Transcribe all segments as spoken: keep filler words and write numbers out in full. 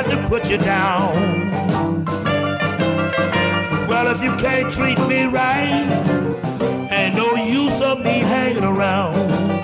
got to put you down. Well, if you can't treat me right, ain't no use of me hanging around.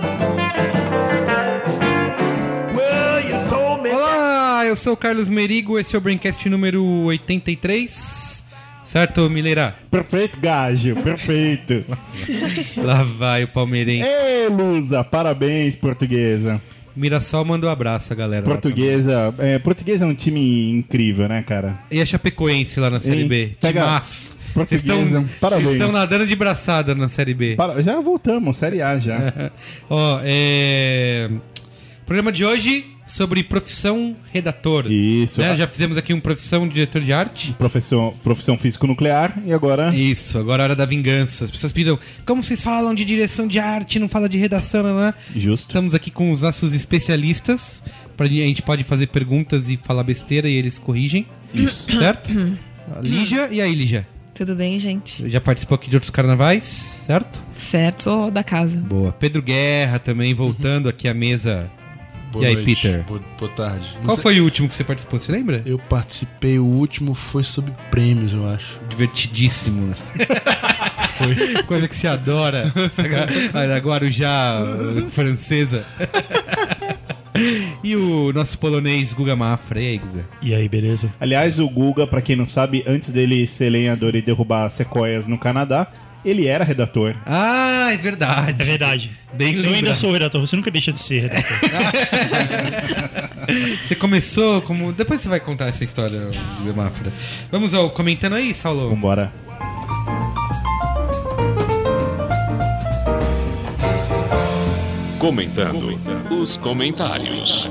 Well, you told me. Olá, eu sou o Carlos Merigo, esse é o Braincast número oitenta e três. Certo, Mileira? Perfeito, Gajo, perfeito. Lá vai o palmeirense. Ei, Lusa, parabéns, portuguesa. Mirassol mandou um abraço a galera. Portuguesa, é, portuguesa é um time incrível, né, cara? E a Chapecoense lá na Série Ei, B. pega- Timaço. Portuguesa, Vocês estão, parabéns. vocês estão nadando de braçada na Série B. Para- já voltamos, Série A já. Ó, é... Programa de hoje sobre profissão redator. Isso. Né? Ah. Já fizemos aqui um profissão diretor de arte. Profissão, profissão físico-nuclear e agora... Isso, agora é a hora da vingança. As pessoas pediram, como vocês falam de direção de arte, não fala de redação, né? Justo. Estamos aqui com os nossos especialistas. Pra, a gente pode fazer perguntas e falar besteira e eles corrigem. Isso. Certo? A Lígia, e aí, Lígia? Tudo bem, gente? Já participou aqui de outros carnavais, certo? Certo, sou da casa. Boa. Pedro Guerra também, voltando aqui à mesa. Boa E aí, noite. Peter? Boa, boa tarde. Não Qual sei- foi o último que você participou, você lembra? Eu participei, o último foi sobre prêmios, eu acho. Divertidíssimo. Foi. Coisa que se adora. A Guarujá uh, francesa. E o nosso polonês Guga Mafra. E aí, Guga? E aí, beleza? Aliás, o Guga, pra quem não sabe, antes dele ser lenhador e derrubar sequoias no Canadá, ele era redator. Ah, é verdade. É verdade. Bem Eu ainda lembrado. sou redator, você nunca deixa de ser redator. Você começou como... Depois você vai contar essa história, Guga Mafra. Vamos ao comentando aí, Saulo. Vambora. Comentando os comentários.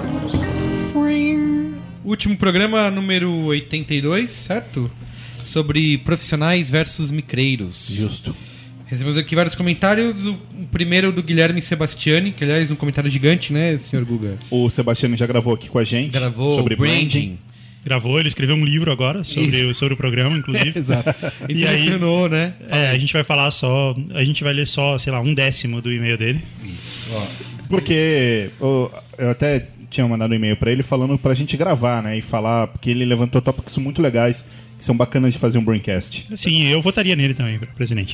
Último programa número oitenta e dois, certo? Sobre profissionais versus micreiros. Justo. Recebemos aqui vários comentários. O o primeiro do Guilherme Sebastiani, que aliás é um comentário gigante, né, senhor Guga? O Sebastiano já gravou aqui com a gente. Gravou sobre branding. Gravou, ele escreveu um livro agora sobre, o, sobre o programa, inclusive. Exato. E E aí- mencionou, né? É, a gente vai falar só. A gente vai ler só, sei lá, um décimo do e-mail dele. Isso, ó. Porque ô, eu até tinha mandado um e-mail pra ele falando pra gente gravar, né? E falar, porque ele levantou tópicos muito legais, que são bacanas de fazer um Braincast. Sim, eu votaria nele também, pra presidente.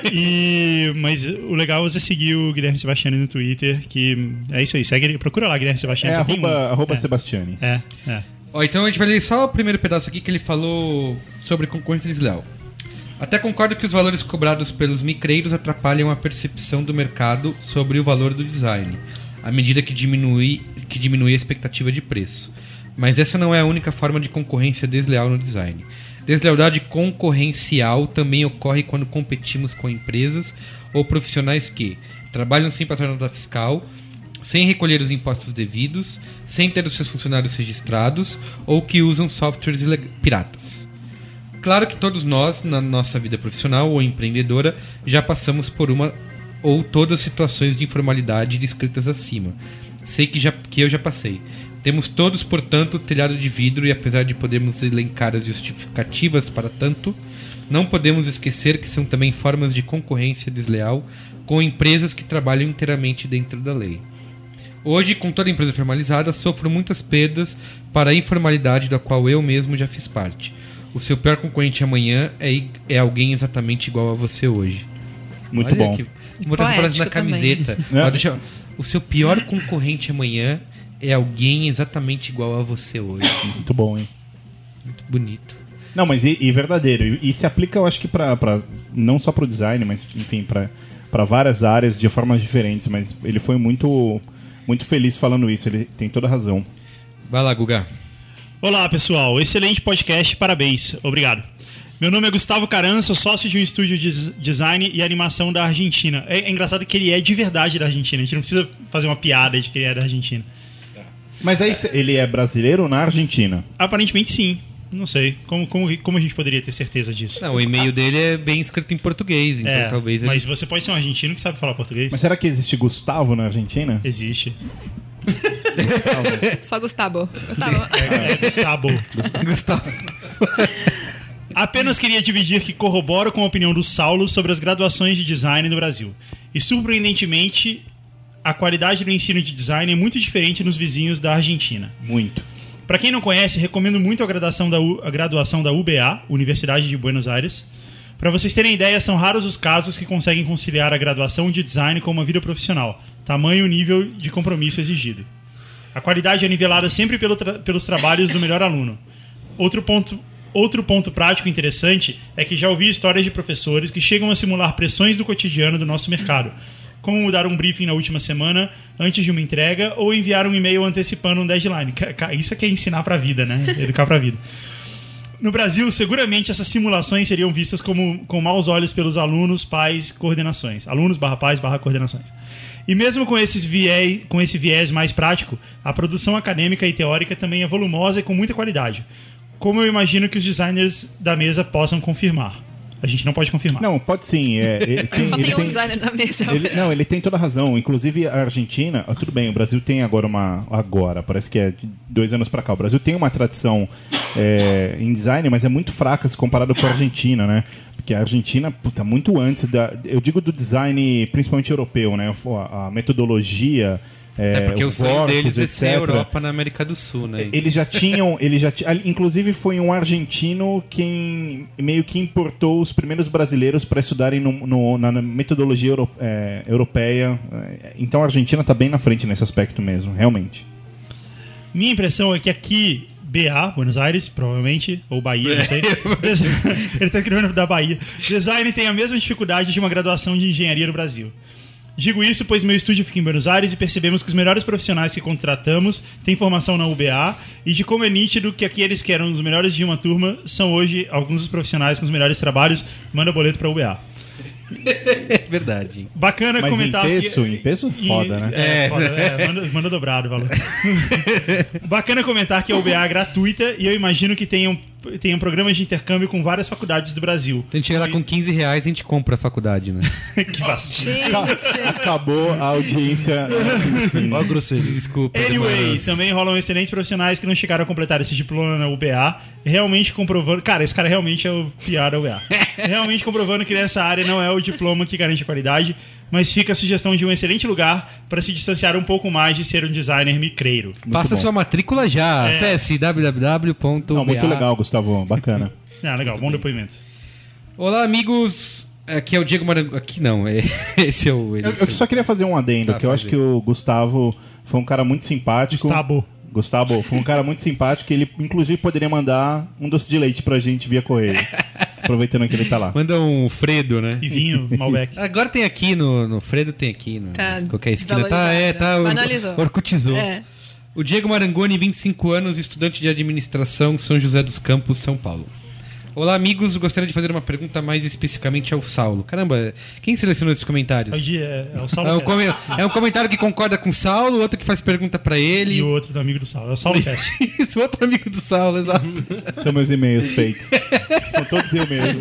E, mas o legal é você seguir o Guilherme Sebastiani no Twitter, que é isso aí. Segue ele, procura lá, Guilherme Sebastiani. É só tem arroba, um. arroba é, Sebastiani. é, é. Ó, então a gente vai ler só o primeiro pedaço aqui que ele falou sobre concorrência desleal. Até concordo que os valores cobrados pelos micreiros atrapalham a percepção do mercado sobre o valor do design, à medida que diminui, que diminui a expectativa de preço. Mas essa não é a única forma de concorrência desleal no design. Deslealdade concorrencial também ocorre quando competimos com empresas ou profissionais que trabalham sem passar nota fiscal, sem recolher os impostos devidos, sem ter os seus funcionários registrados ou que usam softwares ileg- piratas. Claro que todos nós, na nossa vida profissional ou empreendedora, já passamos por uma ou todas as situações de informalidade descritas acima. Sei que, já, que eu já passei. Temos todos, portanto, telhado de vidro e apesar de podermos elencar as justificativas para tanto, não podemos esquecer que são também formas de concorrência desleal com empresas que trabalham inteiramente dentro da lei. Hoje, com toda empresa formalizada, sofro muitas perdas para a informalidade da qual eu mesmo já fiz parte. O seu pior concorrente amanhã é, i- é alguém exatamente igual a você hoje. Muito Olha bom. que- Vou botar essa frase na Poético também. camiseta. É. Ó, deixa eu- O seu pior concorrente amanhã é alguém exatamente igual a você hoje. Muito bom, hein? Muito bonito. Não, mas e, e verdadeiro. E, e se aplica, eu acho que pra, pra não só pro design, mas enfim, pra, pra várias áreas de formas diferentes. Mas ele foi muito, muito feliz falando isso. Ele tem toda a razão. Vai lá, Guga. Olá, pessoal. Excelente podcast, parabéns. Obrigado. Meu nome é Gustavo Caran, sou sócio de um estúdio de design e animação da Argentina. É, é engraçado que ele é de verdade da Argentina. A gente não precisa fazer uma piada de que ele é da Argentina. Mas aí cê- ele é brasileiro na Argentina? Aparentemente, sim. Não sei. Como, como, como a gente poderia ter certeza disso? Não, o e-mail dele é bem escrito em português, então é, talvez mas ele... você pode ser um argentino que sabe falar português? Mas será que existe Gustavo na Argentina? Existe. Só Gustavo. Gustavo. É, é Gustavo. Gustavo. Apenas queria dividir que corroboro com a opinião do Saulo sobre as graduações de design no Brasil. E surpreendentemente, a qualidade do ensino de design é muito diferente nos vizinhos da Argentina. Muito. Para quem não conhece, recomendo muito a graduação da, U, a graduação da U B A, Universidade de Buenos Aires. Para vocês terem ideia, são raros os casos que conseguem conciliar a graduação de design com uma vida profissional, tamanho e nível de compromisso exigido. A qualidade é nivelada sempre pelo tra- pelos trabalhos do melhor aluno. Outro ponto, outro ponto prático interessante é que já ouvi histórias de professores que chegam a simular pressões do cotidiano do nosso mercado, como mudar um briefing na última semana antes de uma entrega ou enviar um e-mail antecipando um deadline. Isso é que é ensinar para a vida, né? Educar para a vida. No Brasil, seguramente essas simulações seriam vistas como, com maus olhos pelos alunos, pais, coordenações. Alunos barra pais barra coordenações. E mesmo com, esses viés, com esse viés mais prático, a produção acadêmica e teórica também é volumosa e com muita qualidade. Como eu imagino que os designers da mesa possam confirmar. A gente não pode confirmar. Não, pode sim. É, ele tem, Só ele tem um tem- designer na mesa. Ele- não, ele tem toda a razão. Inclusive a Argentina, ah, tudo bem, o Brasil tem agora uma. Agora, parece que é de dois anos pra cá. O Brasil tem uma tradição é, em design, mas é muito fraca se comparado com a Argentina, né? Porque a Argentina, puta, muito antes da. Eu digo do design principalmente europeu, né? A, a metodologia. É, É porque o sonho corpos, deles é ser a etcétera. Europa na América do Sul, né? Eles já tinham, ele já ti- inclusive foi um argentino quem meio que importou os primeiros brasileiros para estudarem no, no- na metodologia euro- é, europeia. Então a Argentina está bem na frente nesse aspecto mesmo, realmente. Minha impressão é que aqui, B A, Buenos Aires, provavelmente, ou Bahia, não sei. Ele está escrevendo da Bahia. Design tem a mesma dificuldade de uma graduação de engenharia no Brasil. Digo isso pois meu estúdio fica em Buenos Aires e percebemos que os melhores profissionais que contratamos têm formação na U B A e de como é nítido que aqueles que eram os melhores de uma turma são hoje alguns dos profissionais com os melhores trabalhos. Manda boleto para a U B A. É verdade. Bacana Mas comentar em peso, que... em peso, foda, né? É, foda, é, manda, manda dobrado o valor. Bacana comentar que a U B A é gratuita e eu imagino que tenham, tenham programas de intercâmbio com várias faculdades do Brasil. A gente chega lá com quinze reais e a gente compra a faculdade, né? Que vacilo. Gente, Acabou a audiência. Ó a grosseria. Desculpa. Anyway, demais. também rolam excelentes profissionais que não chegaram a completar esse diploma na U B A, realmente comprovando... Cara, esse cara realmente é o pior da U B A. Realmente comprovando que nessa área não é o diploma que garante a qualidade, mas fica a sugestão de um excelente lugar para se distanciar um pouco mais de ser um designer micreiro. Faça bom. sua matrícula já. É. Acesse w w w ponto b a. Não, muito legal, Gustavo. Bacana. Ah, legal, bom depoimento. Olá, amigos. Aqui é o Diego Marango. Aqui não, é... esse é o... ele Eu, eu só queria fazer um adendo, Tá, que eu faz acho aí. que o Gustavo foi um cara muito simpático. Gustavo. Gustavo foi um cara muito simpático e ele, inclusive, poderia mandar um doce de leite pra gente via correio. Aproveitando que ele tá lá. Manda um Fredo, né? E vinho, Malbec. Agora tem aqui no, no Fredo, tem aqui no, Tá qualquer esquina. Tá, é, tá. desvalorizado. or- Banalizou. Orcutizou. É. O Diego Marangoni, vinte e cinco anos, estudante de administração, São José dos Campos, São Paulo. Olá, amigos. Gostaria de fazer uma pergunta mais especificamente ao Saulo. Caramba, quem selecionou esses comentários? Hoje é, é o Saulo É um, Cast. come- é um comentário que concorda com o Saulo, outro que faz pergunta pra ele. E o outro do amigo do Saulo. É o Saulo Cast. Isso, outro amigo do Saulo, exato. São meus e-mails fakes. São todos eu mesmo.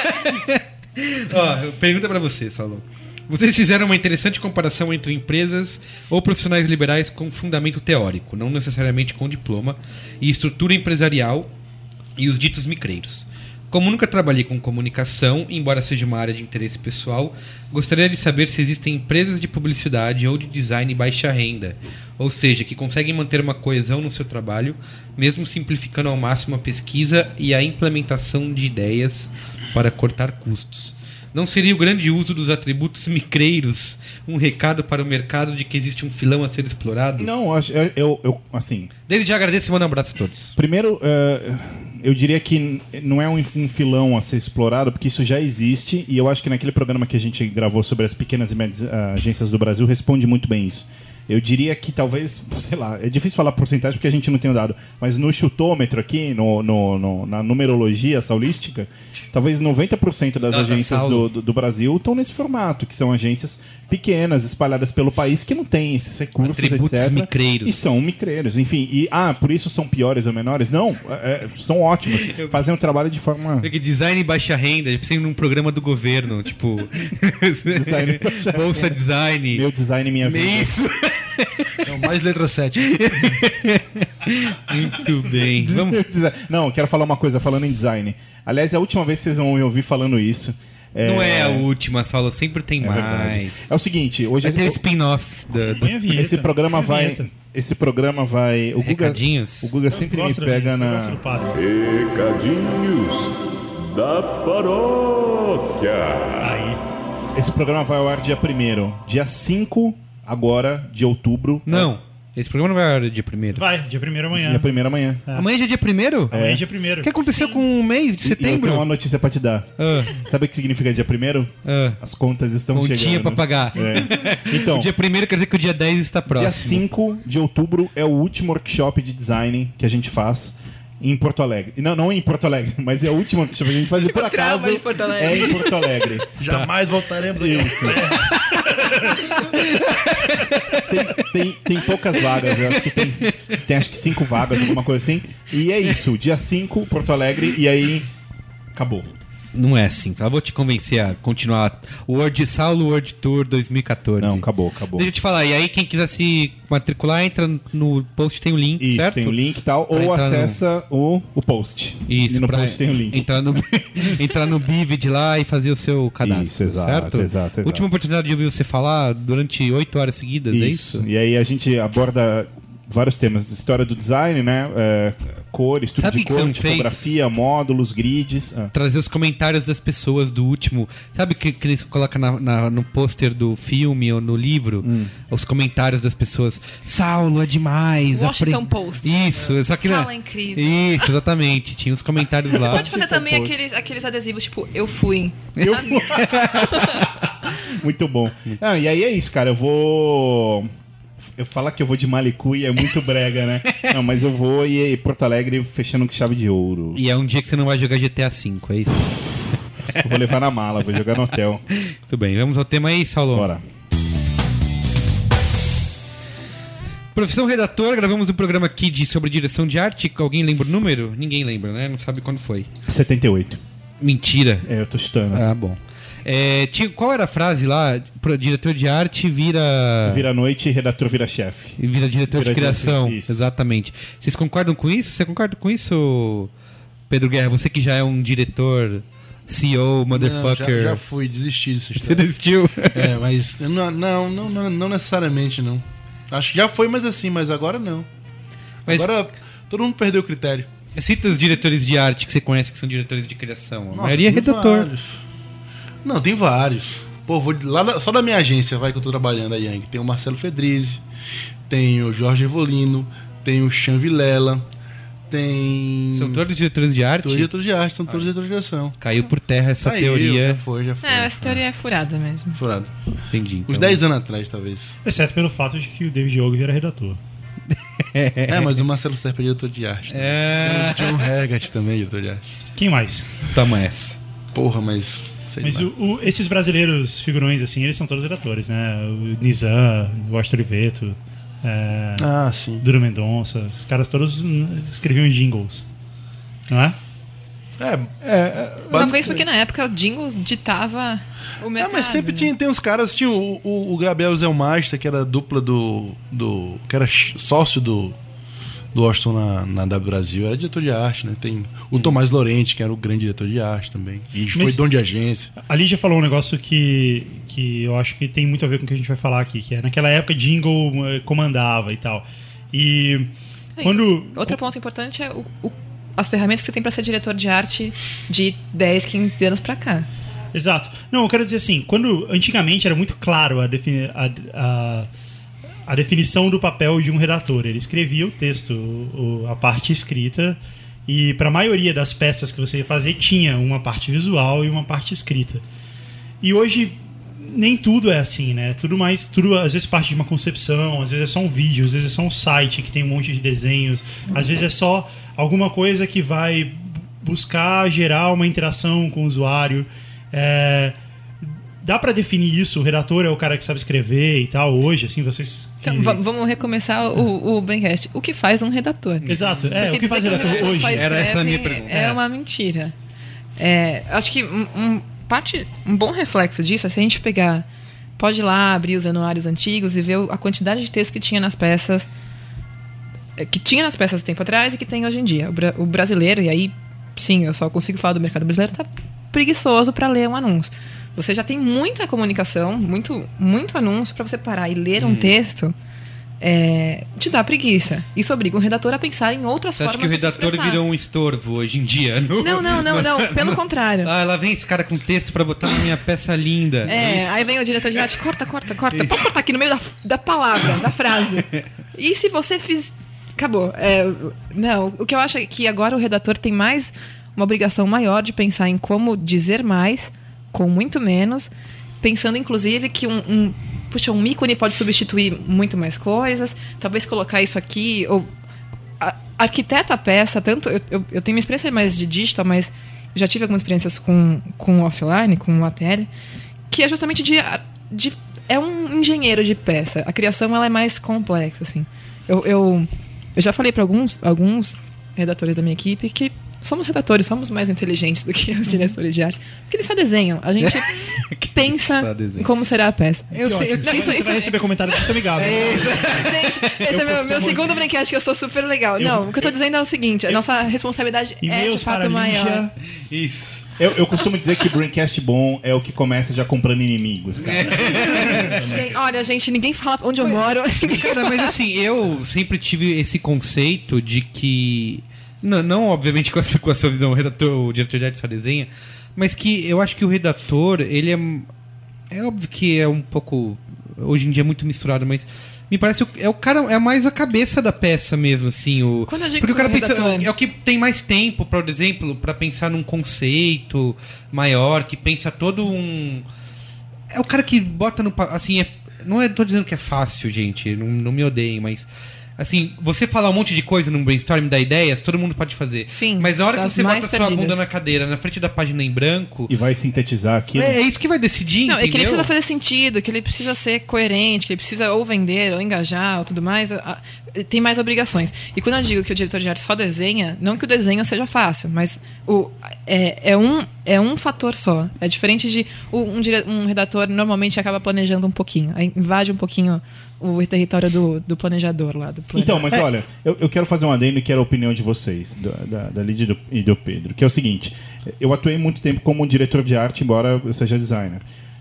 Ó, pergunta pra você, Saulo. Vocês fizeram uma interessante comparação entre empresas ou profissionais liberais com fundamento teórico, não necessariamente com diploma, e estrutura empresarial e os ditos micreiros. Como nunca trabalhei com comunicação, embora seja uma área de interesse pessoal, gostaria de saber se existem empresas de publicidade ou de design baixa renda, ou seja, que conseguem manter uma coesão no seu trabalho, mesmo simplificando ao máximo a pesquisa e a implementação de ideias para cortar custos. Não seria o grande uso dos atributos micreiros um recado para o mercado de que existe um filão a ser explorado? Não, eu, acho- eu, eu, eu- assim, Desde já agradeço e mando um abraço a todos. primeiro, eh, eu diria que n- não é um, um filão a ser explorado, porque isso já existe, e eu acho que naquele programa que a gente gravou sobre as pequenas e médias ah, agências do Brasil, responde muito bem isso. Eu diria que talvez, sei lá, é difícil falar porcentagem porque a gente não tem o dado, mas no chutômetro aqui, no, no- no- na numerologia saulística, talvez noventa por cento das Da- da agências Saulo. do, do, do Brasil estão nesse formato, que são agências pequenas, espalhadas pelo país, que não têm esses recursos, Atributos etcétera. micreiros. E são micreiros, enfim. E, ah, por isso são piores ou menores? Não, é, são ótimos. Fazem um trabalho de forma... Porque design e baixa renda, eu pensei num programa do governo, tipo. Design e baixa Bolsa renda. Design. Meu design, minha vida. Isso! Não, mais letra sete. Muito bem. Vamos. Meu design. Não, quero falar uma coisa falando em design. Aliás, é a última vez que vocês vão me ouvir falando isso. Não é a última, Saulo, sempre tem É verdade. mais. É o seguinte, hoje Vai ter a- spin-off da- do- Põe a vinheta. esse programa Põe a vai, vinheta. esse programa vai, o Guga, Recadinhos? o Guga Eu sempre me gosto da pega vinheta, eu na, gosto do padre. Recadinhos da paróquia. Aí. esse programa vai ao ar dia primeiro, dia cinco agora de outubro. Não, esse programa não vai ao ar dia primeiro. Vai, dia primeiro amanhã. Dia primeiro amanhã. Amanhã já é dia primeiro? Amanhã É. é dia primeiro. O que aconteceu com o mês de E eu tenho setembro? uma notícia pra te dar. Ah, Sabe o que significa dia primeiro? ah. As contas estão Continha chegando. pra pagar. É. Então, O dia primeiro quer dizer que o dia dez está dia próximo. cinco de outubro é o último workshop de design que a gente faz em Porto Alegre. Não, não em Porto Alegre, mas é o último workshop que a gente faz e por acaso Trauma de Porto Alegre. é em Porto Alegre. Jamais voltaremos aqui. tem, tem, tem poucas vagas, eu acho que tem, tem acho que cinco vagas, alguma coisa assim. E é isso, dia cinco, Porto Alegre, e aí acabou. Não é assim, só vou te convencer a continuar o World, Saulo World Tour dois mil e catorze. Não, acabou, acabou. Deixa eu te falar, e aí quem quiser se matricular, entra no post, tem o link, Isso, certo? tem o link e tal, Pra ou entrar no- acessa o, o post. Isso, e no pra post tem o link. Entrar no, entrar no Bivid lá e fazer o seu cadastro, Isso, exato, certo? exato, exato. Última oportunidade de ouvir você falar durante oito horas seguidas, é isso? E aí a gente aborda vários temas. História do design, né? É, cor, estudo Sabe de o que você cor, não fez? tipografia, módulos, grids. Ah. Trazer os comentários das pessoas do último. Sabe que, que você coloca na- na- no pôster do filme ou no livro? Hum. Os comentários das pessoas. Saulo é demais. Washington apre- Post. Isso, só que Saulo não- é incrível. Isso, exatamente. Tinha os comentários lá. Pode fazer também aqueles, aqueles adesivos, tipo, eu fui. Eu... Muito bom. Ah, e aí é isso, cara. Eu vou. Eu falar que eu vou de Malicuia é muito brega, né? Não, mas eu vou e, e Porto Alegre fechando com chave de ouro. E é um dia que você não vai jogar G T A cinco, é isso? Eu vou levar na mala, vou jogar no hotel. Tudo bem, vamos ao tema aí, Saulo. Bora. Profissão redator, gravamos um programa aqui de, sobre direção de arte. Alguém lembra o número? Ninguém lembra, né? Não sabe quando foi. setenta e oito. Mentira. É, eu tô chutando. Ah, bom. É, tinha, qual era a frase lá? Pro diretor de arte vira. Vira noite e redator vira chefe. Vira diretor Vira de criação. diretor, isso. Exatamente. Vocês concordam com isso? Você concorda com isso, Pedro Guerra? Você que já é um diretor, C E O, Não, motherfucker. já, já fui, desisti dessa Você história. desistiu? É, mas não, não, não, não, não necessariamente, não. Acho que já foi, mas assim, mas agora não. Mas Agora todo mundo perdeu o critério. cita os diretores de arte que você conhece que são diretores de criação. A Nossa, maioria é tem redator. vários. Não, tem vários. Pô, vou de- lá da- só da minha agência, vai, que eu tô trabalhando, a Yang. Tem o Marcelo Fedrizzi, tem o Jorge Evolino, tem o Chan Vilela, tem... São todos diretores de arte? todos diretores de arte, são todos diretores de criação. Caiu por terra essa Saiu, teoria. Já foi, já foi. É, essa teoria é furada mesmo. Furado. Entendi. Uns então. dez anos atrás, talvez. Exceto pelo fato de que o David Ogilvy era redator. É, mas o Marcelo Serpa é diretor de arte. É. O John Haggart também é diretor de arte. Quem mais? Toma essa. Porra, mas... Sei Mas lá. o- o- esses brasileiros figurões, assim, eles são todos redatores, né? O Nizam, o Washington Oliveto, é, Ah, sim. Duro Mendonça, os caras todos hum, escreviam jingles, não é? É, Talvez porque na época o Jingles ditava o É, mercado. mas sempre né? tinha, tem uns caras, tinha o, o, o Gabriel Zelmaster, que era dupla do, do. que era ch- sócio do, do Washington na, na W Brasil, era diretor de arte, né? Tem o Tomás Lorente, que era o grande diretor de arte também. E foi Mas- dono de agência. A Lígia falou um negócio que, que eu acho que tem muito a ver com o que a gente vai falar aqui, que é naquela época jingle eh, comandava e tal. E Aí, quando... Outro ponto importante é o, o- as ferramentas que você tem pra ser diretor de arte de dez, quinze anos pra cá. Exato. Não, eu quero dizer assim, quando antigamente era muito claro a, defini a, a, a definição do papel de um redator. Ele escrevia o texto, o, o- a parte escrita, e para a maioria das peças que você ia fazer tinha uma parte visual e uma parte escrita. E hoje nem tudo é assim, né? Tudo mais, tudo às vezes parte de uma concepção, às vezes é só um vídeo, às vezes é só um site que tem um monte de desenhos, às vezes é só alguma coisa que vai buscar gerar uma interação com o usuário. É, dá pra definir isso? O redator é o cara que sabe escrever e tal, hoje, assim, vocês... que- Então, va- vamos recomeçar o, o Braincast. O que faz um redator? Exato, é, Porque o que faz dizer redator um hoje? só Era essa a minha escreve pergunta. É É. uma mentira. É, acho que um, um parte, um bom reflexo disso é se a gente pegar... Pode ir lá abrir os anuários antigos e ver o- a quantidade de texto que tinha nas peças... é, Que tinha nas peças tempo atrás e que tem hoje em dia. O, bra- o brasileiro, e aí, sim, eu só consigo falar do mercado brasileiro, tá preguiçoso para ler um anúncio. Você já tem muita comunicação, muito, muito anúncio para você parar e ler hum. um texto. É, te dá preguiça. Isso obriga o redator a pensar em outras Você formas acha que o de se redator expressar. virou um estorvo hoje em dia? No... Não, não, não, não. Pelo contrário. Ah, lá vem esse cara com texto pra botar na minha peça linda. É, aí vem o diretor de arte, corta, corta, corta. Posso cortar aqui no meio da, da palavra, da frase. E se você fiz... Acabou. É, não, o que eu acho é que agora o redator tem mais uma obrigação maior de pensar em como dizer mais com muito menos, pensando inclusive que um... um puxa, um ícone pode substituir muito mais coisas, talvez colocar isso aqui, ou a, arquiteta a peça, tanto, eu, eu, eu tenho uma experiência mais de digital, mas já tive algumas experiências com, com offline, com o A T L, que é justamente de, de, é um engenheiro de peça, a criação ela é mais complexa, assim. Eu, eu, eu já falei para alguns, alguns redatores da minha equipe que somos redatores, somos mais inteligentes do que os diretores de arte. Porque eles só desenham. A gente pensa em como será a peça. Eu sei, eu, não, isso, você isso, vai receber comentário muito amigável. É, gente, esse eu é meu, meu segundo brinquedo, que eu sou super legal. Eu, não, o que eu tô dizendo é o seguinte, a eu, nossa responsabilidade é de fato maior. Isso. Eu, eu costumo dizer que Braincast bom é o que começa já comprando inimigos, cara. Gente, olha, gente, ninguém fala onde eu moro. Cara, mas assim, eu sempre tive esse conceito de que... Não, não obviamente com a, com a sua visão, o redator, o diretor de arte só desenha, mas que eu acho que o redator, ele é... É óbvio que é um pouco... Hoje em dia é muito misturado, mas me parece que é o cara, é mais a cabeça da peça mesmo, assim. O, Quando eu digo porque o cara o pensa, redator... é o que tem mais tempo, por exemplo, para pensar num conceito maior, que pensa todo um... É o cara que bota no... Assim, é, não é, tô dizendo que é fácil, gente, não, não me odeiem, mas... Assim, você falar um monte de coisa num brainstorm, dar ideias, todo mundo pode fazer. Sim, mas a hora que você bota a sua perdidas. bunda na cadeira, na frente da página em branco... E vai sintetizar aquilo. É, é isso que vai decidir, Não, entendeu? é que ele precisa fazer sentido, que ele precisa ser coerente, que ele precisa ou vender, ou engajar, ou tudo mais. A, a, tem mais obrigações. E quando eu digo que o diretor de arte só desenha, não que o desenho seja fácil, mas o, é, é, um, é um fator só. É diferente de... Um, um redator normalmente acaba planejando um pouquinho, aí invade um pouquinho... o território do, do planejador lá. Do então, mas é. olha, eu, eu quero fazer um adendo que era a opinião de vocês, do, da, da Lídia e do, e do Pedro, que é o seguinte, eu atuei muito tempo como diretor de arte, embora eu seja designer.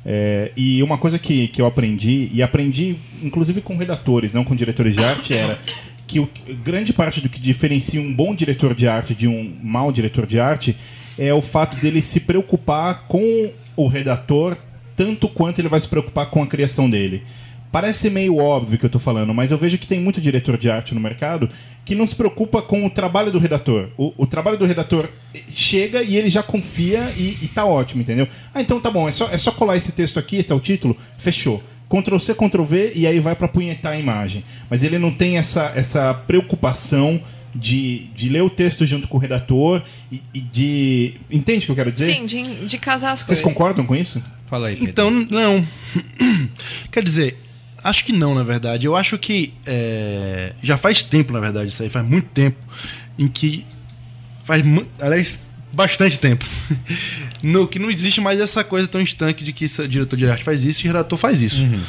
É, e uma coisa que, que eu aprendi, e aprendi inclusive com redatores, não com diretores de arte, era que o, grande parte do que diferencia um bom diretor de arte de um mau diretor de arte é o fato dele se preocupar com o redator tanto quanto ele vai se preocupar com a criação dele. Parece meio óbvio que eu tô falando, mas eu vejo que tem muito diretor de arte no mercado que não se preocupa com o trabalho do redator. O, o trabalho do redator chega e ele já confia e, e tá ótimo, entendeu? Ah, então tá bom, é só, é só colar esse texto aqui, esse é o título, fechou. Ctrl C, Ctrl V e aí vai pra apunhetar a imagem. Mas ele não tem essa, essa preocupação de, de ler o texto junto com o redator e, e de... Entende o que eu quero dizer? Sim, de, de casar as Vocês coisas. Vocês concordam com isso? Fala aí, Pedro. Então, não. Quer dizer... Acho que não, na verdade. Eu acho que é, já faz tempo, na verdade, isso aí faz muito tempo em que faz, aliás, bastante tempo no que não existe mais essa coisa tão estanque de que o diretor de arte faz isso e o redator faz isso. Uhum.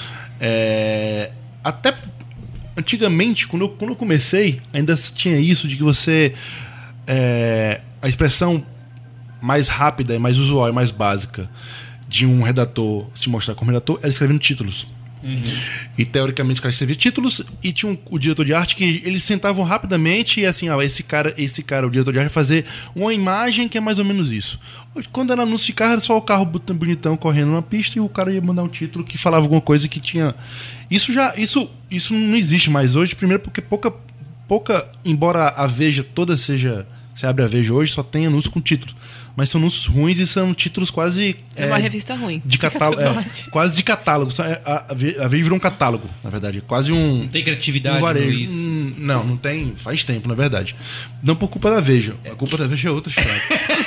É, até antigamente, quando eu, quando eu comecei, ainda tinha isso de que você é, a expressão mais rápida e mais usual e mais básica de um redator se mostrar como redator era escrevendo títulos. Uhum. E teoricamente o cara escrevia títulos e tinha um, o diretor de arte que eles sentavam rapidamente e assim, ah, esse cara, esse cara, o diretor de arte, vai fazer uma imagem que é mais ou menos isso. Quando era anúncio de carro, era só o carro bonitão correndo na pista e o cara ia mandar um título que falava alguma coisa que tinha. Isso já. Isso, isso não existe mais hoje, primeiro porque pouca. pouca embora a Veja toda seja. Você abre a Veja hoje, só tem anúncio com título. Mas são anúncios ruins e são títulos quase... É uma é, revista ruim. De catálogo, é, quase de catálogo. A, a Veja virou um catálogo, na verdade. Quase um... Não tem criatividade um varejo. Isso. Hum, não, não tem. Faz tempo, na verdade. Não por culpa da Veja. A culpa da Veja é outra história.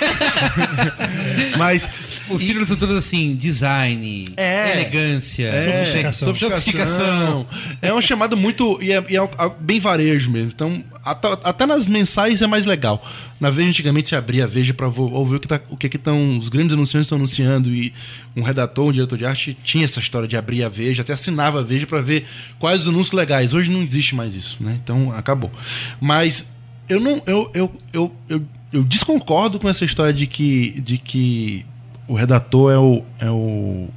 Mas... Os e... títulos são todos assim, design, é, elegância, é, sofisticação. sofisticação. É uma chamada muito... E é, e é bem varejo mesmo. Então, até, até nas mensais é mais legal. Na Veja, antigamente, você abria a Veja para ouvir o que, tá, o que, que tão, os grandes anunciantes estão anunciando. E um redator, um diretor de arte tinha essa história de abrir a Veja, até assinava a Veja para ver quais os anúncios legais. Hoje não existe mais isso, né? Então, acabou. Mas eu não... Eu, eu, eu, eu, eu desconcordo com essa história de que... De que o redator é o, é o...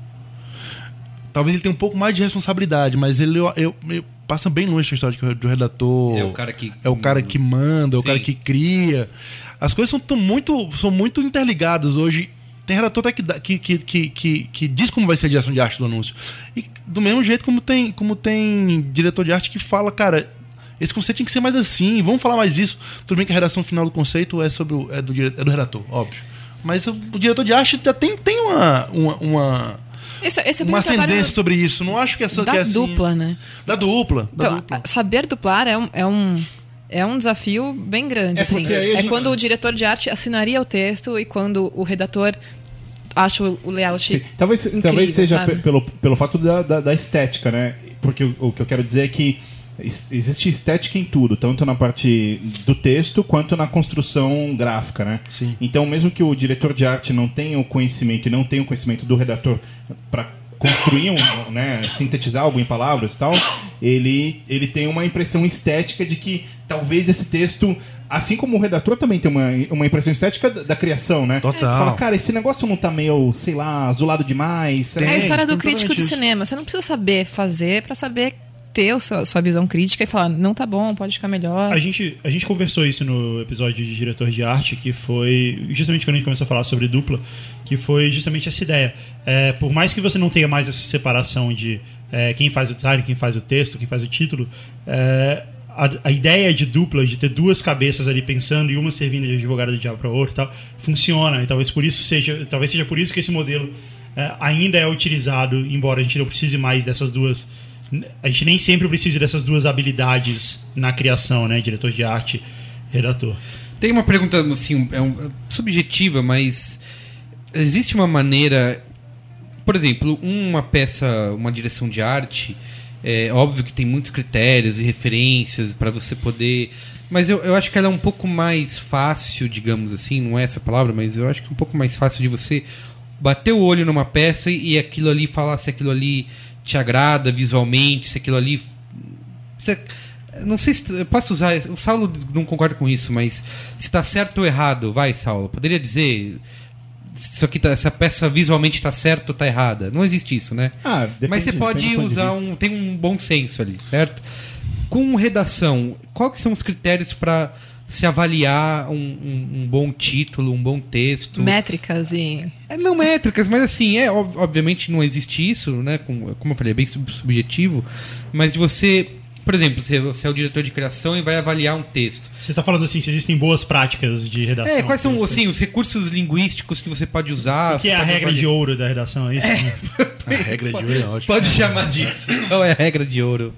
Talvez ele tenha um pouco mais de responsabilidade, mas ele eu, eu, eu, passa bem longe essa história de que o redator É o cara que, é o cara que manda, é o Sim. cara que cria. As coisas são, tão muito, são muito interligadas hoje. Tem redator até que, dá- que, que, que, que, que diz como vai ser a direção de arte do anúncio. E do mesmo jeito como tem, como tem diretor de arte que fala, cara, esse conceito tem que ser mais assim, vamos falar mais isso. Tudo bem que a redação final do conceito é, sobre o, é, do, dire- é do redator, óbvio. Mas o, o diretor de arte já tem, tem uma, uma, uma, Esse, esse é bem uma o trabalho ascendência sobre isso. Não acho que essa da que é assim, dupla, né? Da dupla. Da Então, dupla. a- saber duplar é um, é um, é um desafio bem grande. É assim. porque aí a É gente- quando o diretor de arte assinaria o texto e quando o redator acha o o layout Sim. Talvez, incrível, talvez seja sabe? pe- pelo, pelo fato da, da, da estética, né? Porque o, o que eu quero dizer é que es- existe estética em tudo, tanto na parte do texto quanto na construção gráfica, né? Sim. Então, mesmo que o diretor de arte não tenha o conhecimento e não tenha o conhecimento do redator para construir, um, né, sintetizar algo em palavras e tal, ele, ele tem uma impressão estética de que talvez esse texto, assim como o redator também tem uma, uma impressão estética da, da criação, né? Total. Fala, cara, esse negócio não tá meio, sei lá, azulado demais. será É a que- história do tem crítico totalmente de isso. cinema. Você não precisa saber fazer pra saber ter a sua, sua visão crítica e falar, não tá bom, pode ficar melhor. A gente, a gente conversou isso no episódio de diretor de arte, que foi justamente quando a gente começou a falar sobre dupla, que foi justamente essa ideia. É, por mais que você não tenha mais essa separação de é, quem faz o design, quem faz o texto, quem faz o título, é, a, a ideia de dupla, de ter duas cabeças ali pensando e uma servindo de advogada do diabo para outra e tal, funciona. E talvez por isso seja, talvez seja por isso que esse modelo é, ainda é utilizado, embora a gente não precise mais dessas duas. A gente nem sempre precisa dessas duas habilidades na criação, né? Diretor de arte, redator. Tem uma pergunta assim, é um, subjetiva, mas existe uma maneira, por exemplo, uma peça, uma direção de arte, é óbvio que tem muitos critérios e referências para você poder, mas eu, eu acho que ela é um pouco mais fácil, digamos assim, não é essa palavra, mas eu acho que é um pouco mais fácil de você bater o olho numa peça e, e aquilo ali, falar se aquilo ali te agrada visualmente, se aquilo ali... Se, não sei se... Eu posso usar... O Saulo não concorda com isso, mas se tá certo ou errado, vai, Saulo. Poderia dizer... Isso aqui tá, essa peça visualmente tá certa ou tá errada. Não existe isso, né? Ah, depende, mas você pode depende do ponto de usar vista. um... Tem um bom senso ali, certo? Com redação, quais que são os critérios para se avaliar um, um, um bom título, um bom texto? Métricas e... É, não métricas, mas assim, é ob- obviamente não existe isso, né? Como, como eu falei, é bem sub- subjetivo. Mas de você, por exemplo, você, você é o diretor de criação e vai avaliar um texto. Você está falando assim, se existem boas práticas de redação. É, quais são Você- assim, os recursos linguísticos que você pode usar? O que você é a pode regra de avaliar- ouro da redação, é isso? A regra de ouro é ótima. Pode chamar disso. Qual é a regra de ouro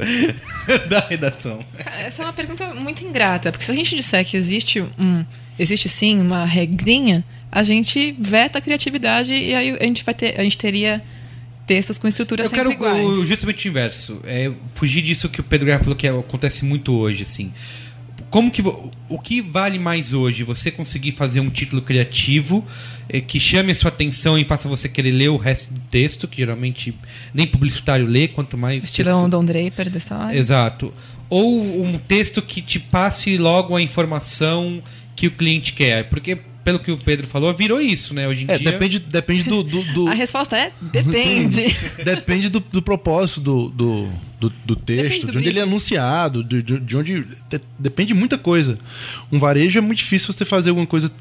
da redação? Essa é uma pergunta muito ingrata, porque se a gente disser que existe um, existe sim uma regrinha, a gente veta a criatividade e aí a gente vai ter, a gente teria textos com estruturas Eu sempre quero iguais. o, justamente o inverso. É, fugir disso que o Pedro Guerra falou que é- acontece muito hoje, assim. Como que vo- o que vale mais hoje? Você conseguir fazer um título criativo eh, que chame a sua atenção e faça você querer ler o resto do texto, que geralmente nem publicitário lê, quanto mais Estilão texto- Don Draper dessa hora. Exato. Ou um texto que te passe logo a informação que o cliente quer, porque pelo que o Pedro falou, virou isso, né? Hoje em É, dia depende, depende do, do, do- A resposta é depende. depende do, do propósito do, do, do, do Depende texto, do de onde ele é briefing. anunciado, de, de, de onde. de- depende de muita coisa. Um varejo é muito difícil você fazer alguma coisa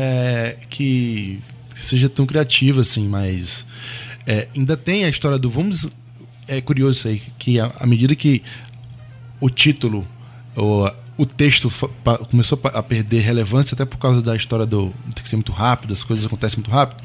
é, que seja tão criativa assim, mas é, ainda tem a história do. Vamos. É curioso isso aí, que à à medida que o título, ou o texto fa- pa- começou pa- a perder relevância, até por causa da história do tem que ser muito rápido, as coisas acontecem muito rápido.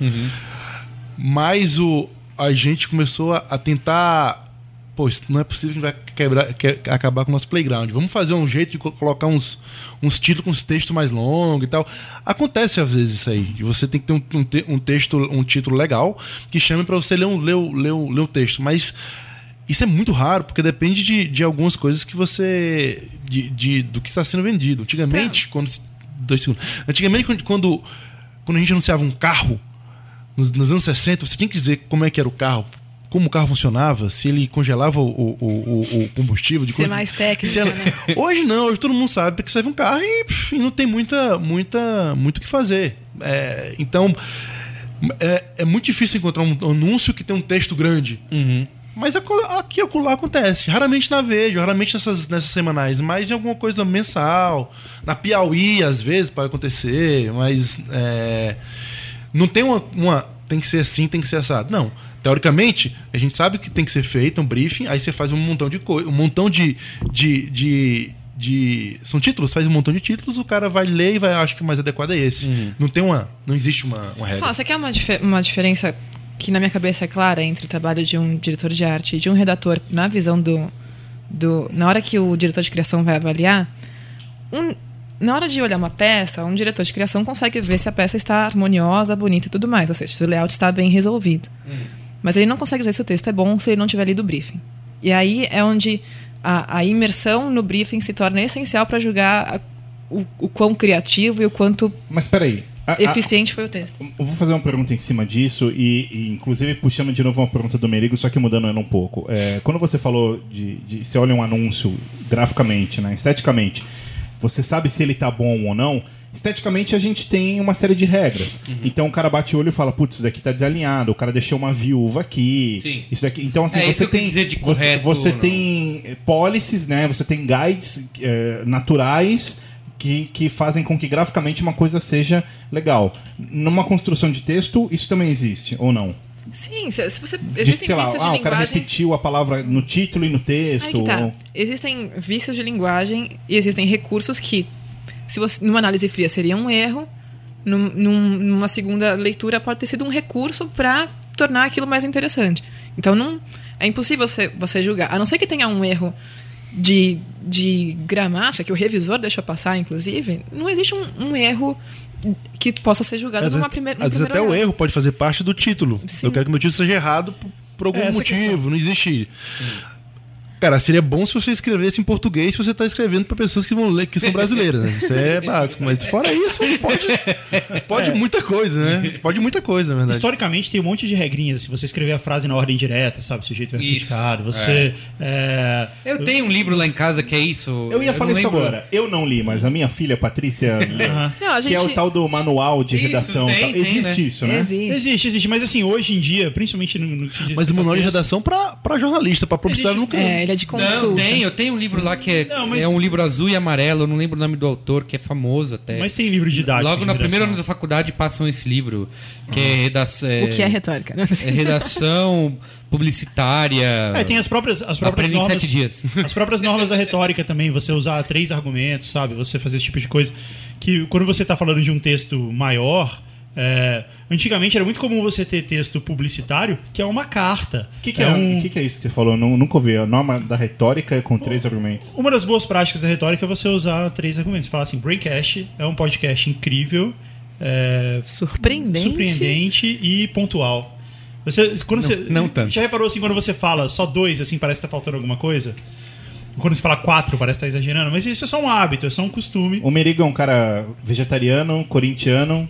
Mas o, a gente começou a, a tentar. Pô, isso não é possível que a gente vai quebrar, que, acabar com o nosso playground. Vamos fazer um jeito de co- colocar uns, uns títulos com uns textos mais longos e tal. Acontece às vezes isso aí. E você tem que ter um, um, te- um texto, um título legal que chame para você ler, um, ler, o- ler, o- ler o texto. Mas isso é muito raro, porque depende de, de algumas coisas que você. De, de- do que está sendo vendido. Antigamente, quando. Dois segundos. Antigamente, quando, quando, quando a gente anunciava um carro. Nos, nos anos sessenta, você tinha que dizer como é que era o carro, como o carro funcionava, se ele congelava o, o, o, o combustível. De Ser coisa- mais técnico, se ela- né? Hoje não, hoje todo mundo sabe que serve um carro e, pff, e não tem muita, muita, muito o que fazer. É, então, É, é muito difícil encontrar um anúncio que tem um texto grande. Uhum. Mas aqui e acolá acontece. Raramente na Veja, raramente nessas, nessas semanais, mas em alguma coisa mensal. Na Piauí, às vezes, pode acontecer, mas é, não tem uma, uma. Tem que ser assim, tem que ser assado. Não. Teoricamente, a gente sabe que tem que ser feito um briefing, aí você faz um montão de coisa, um montão de. de, de De, são títulos, faz um montão de títulos, o cara vai ler e vai, acho que o mais adequado é esse. Uhum. Não tem uma, não existe uma, uma regra. Fala, você quer uma, dif- uma diferença que na minha cabeça é clara entre o trabalho de um diretor de arte e de um redator na visão do, do na hora que o diretor de criação vai avaliar, um, na hora de olhar uma peça, um diretor de criação consegue ver se a peça está harmoniosa, bonita e tudo mais, ou seja, se o layout está bem resolvido. Uhum. Mas ele não consegue ver se o texto é bom se ele não tiver lido o briefing. E aí é onde A, a imersão no briefing se torna essencial para julgar a, o, o quão criativo e o quanto Mas peraí, a, eficiente a, foi o texto. Eu vou fazer uma pergunta em cima disso e, e inclusive puxando de novo uma pergunta do Merigo, só que mudando ela um pouco. É, quando você falou de, de... Você olha um anúncio graficamente, né, esteticamente, você sabe se ele tá bom ou não. Esteticamente a gente tem uma série de regras. Uhum. Então o cara bate o olho e fala, putz, isso daqui tá desalinhado, o cara deixou uma viúva aqui. Sim. Isso daqui. Então assim, é, você tem dizer de você, correto, você não. tem policies, né? Você tem guides é, naturais que, que fazem com que graficamente uma coisa seja legal. Numa construção de texto, isso também existe ou não? Sim, se, se você De, existem sei lá, vícios ah, de o cara linguagem. repetiu a palavra no título e no texto. Aí que tá. ou... Existem vícios de linguagem e existem recursos que, se você, numa análise fria, seria um erro, num, num, numa segunda leitura pode ter sido um recurso para tornar aquilo mais interessante. Então não, é impossível você, você julgar. A não ser que tenha um erro de, de gramática, que o revisor deixa passar, inclusive, não existe um, um erro que possa ser julgado às numa vezes, primeira. Às vezes até o erro pode fazer parte do título. Sim. Eu quero que meu título seja errado por, por algum É, essa motivo. questão. Não existe. Sim. Cara, seria bom se você escrevesse em português se você está escrevendo para pessoas que vão ler, que são brasileiras, né? Isso é básico. Mas fora isso, pode, pode É. muita coisa, né? Pode muita coisa, na verdade. Historicamente tem um monte de regrinhas. Se você escrever a frase na ordem direta, sabe? Sujeito Isso, verificado. Você. é, Eu tenho um livro lá em casa que é isso. Eu ia falar não isso lembro. agora. Eu não li, mas a minha filha, Patrícia, lê, Não, a que é o gente- tal do manual de Isso, redação. tem, tal. tem, Existe né? isso, né? Existe. Existe, existe. Mas assim, hoje em dia, principalmente no, no que se diz Mas o manual de texto, redação para jornalista, para publicidade Existe. nunca. É, ele é de consulta. Não, tem, eu tenho um livro lá que é, Não, mas- é um livro azul e amarelo, eu não lembro o nome do autor, que é famoso até. Mas tem livro didático. Logo de na redação. primeira ano da faculdade passam esse livro, que é redação. O que é retórica, né? É redação publicitária. É, tem as próprias, as próprias Aprende em normas. sete dias. As próprias normas da retórica também, você usar três argumentos, sabe? Você fazer esse tipo de coisa. Que quando você está falando de um texto maior. É, antigamente era muito comum você ter texto publicitário, que é uma carta. O que, que, é, um... que, que é isso que você falou? Eu não, nunca ouvi. A norma da retórica é com três argumentos. Uma das boas práticas da retórica é você usar três argumentos. Você fala assim, Braincast é um podcast incrível, é, Surpreendente. surpreendente e pontual. Você, quando Não- você, não tanto. Já reparou assim, quando você fala só dois, assim, parece que tá faltando alguma coisa? Quando você fala quatro, parece que tá exagerando. Mas isso é só um hábito, é só um costume. O Merigo é um cara vegetariano, corintiano.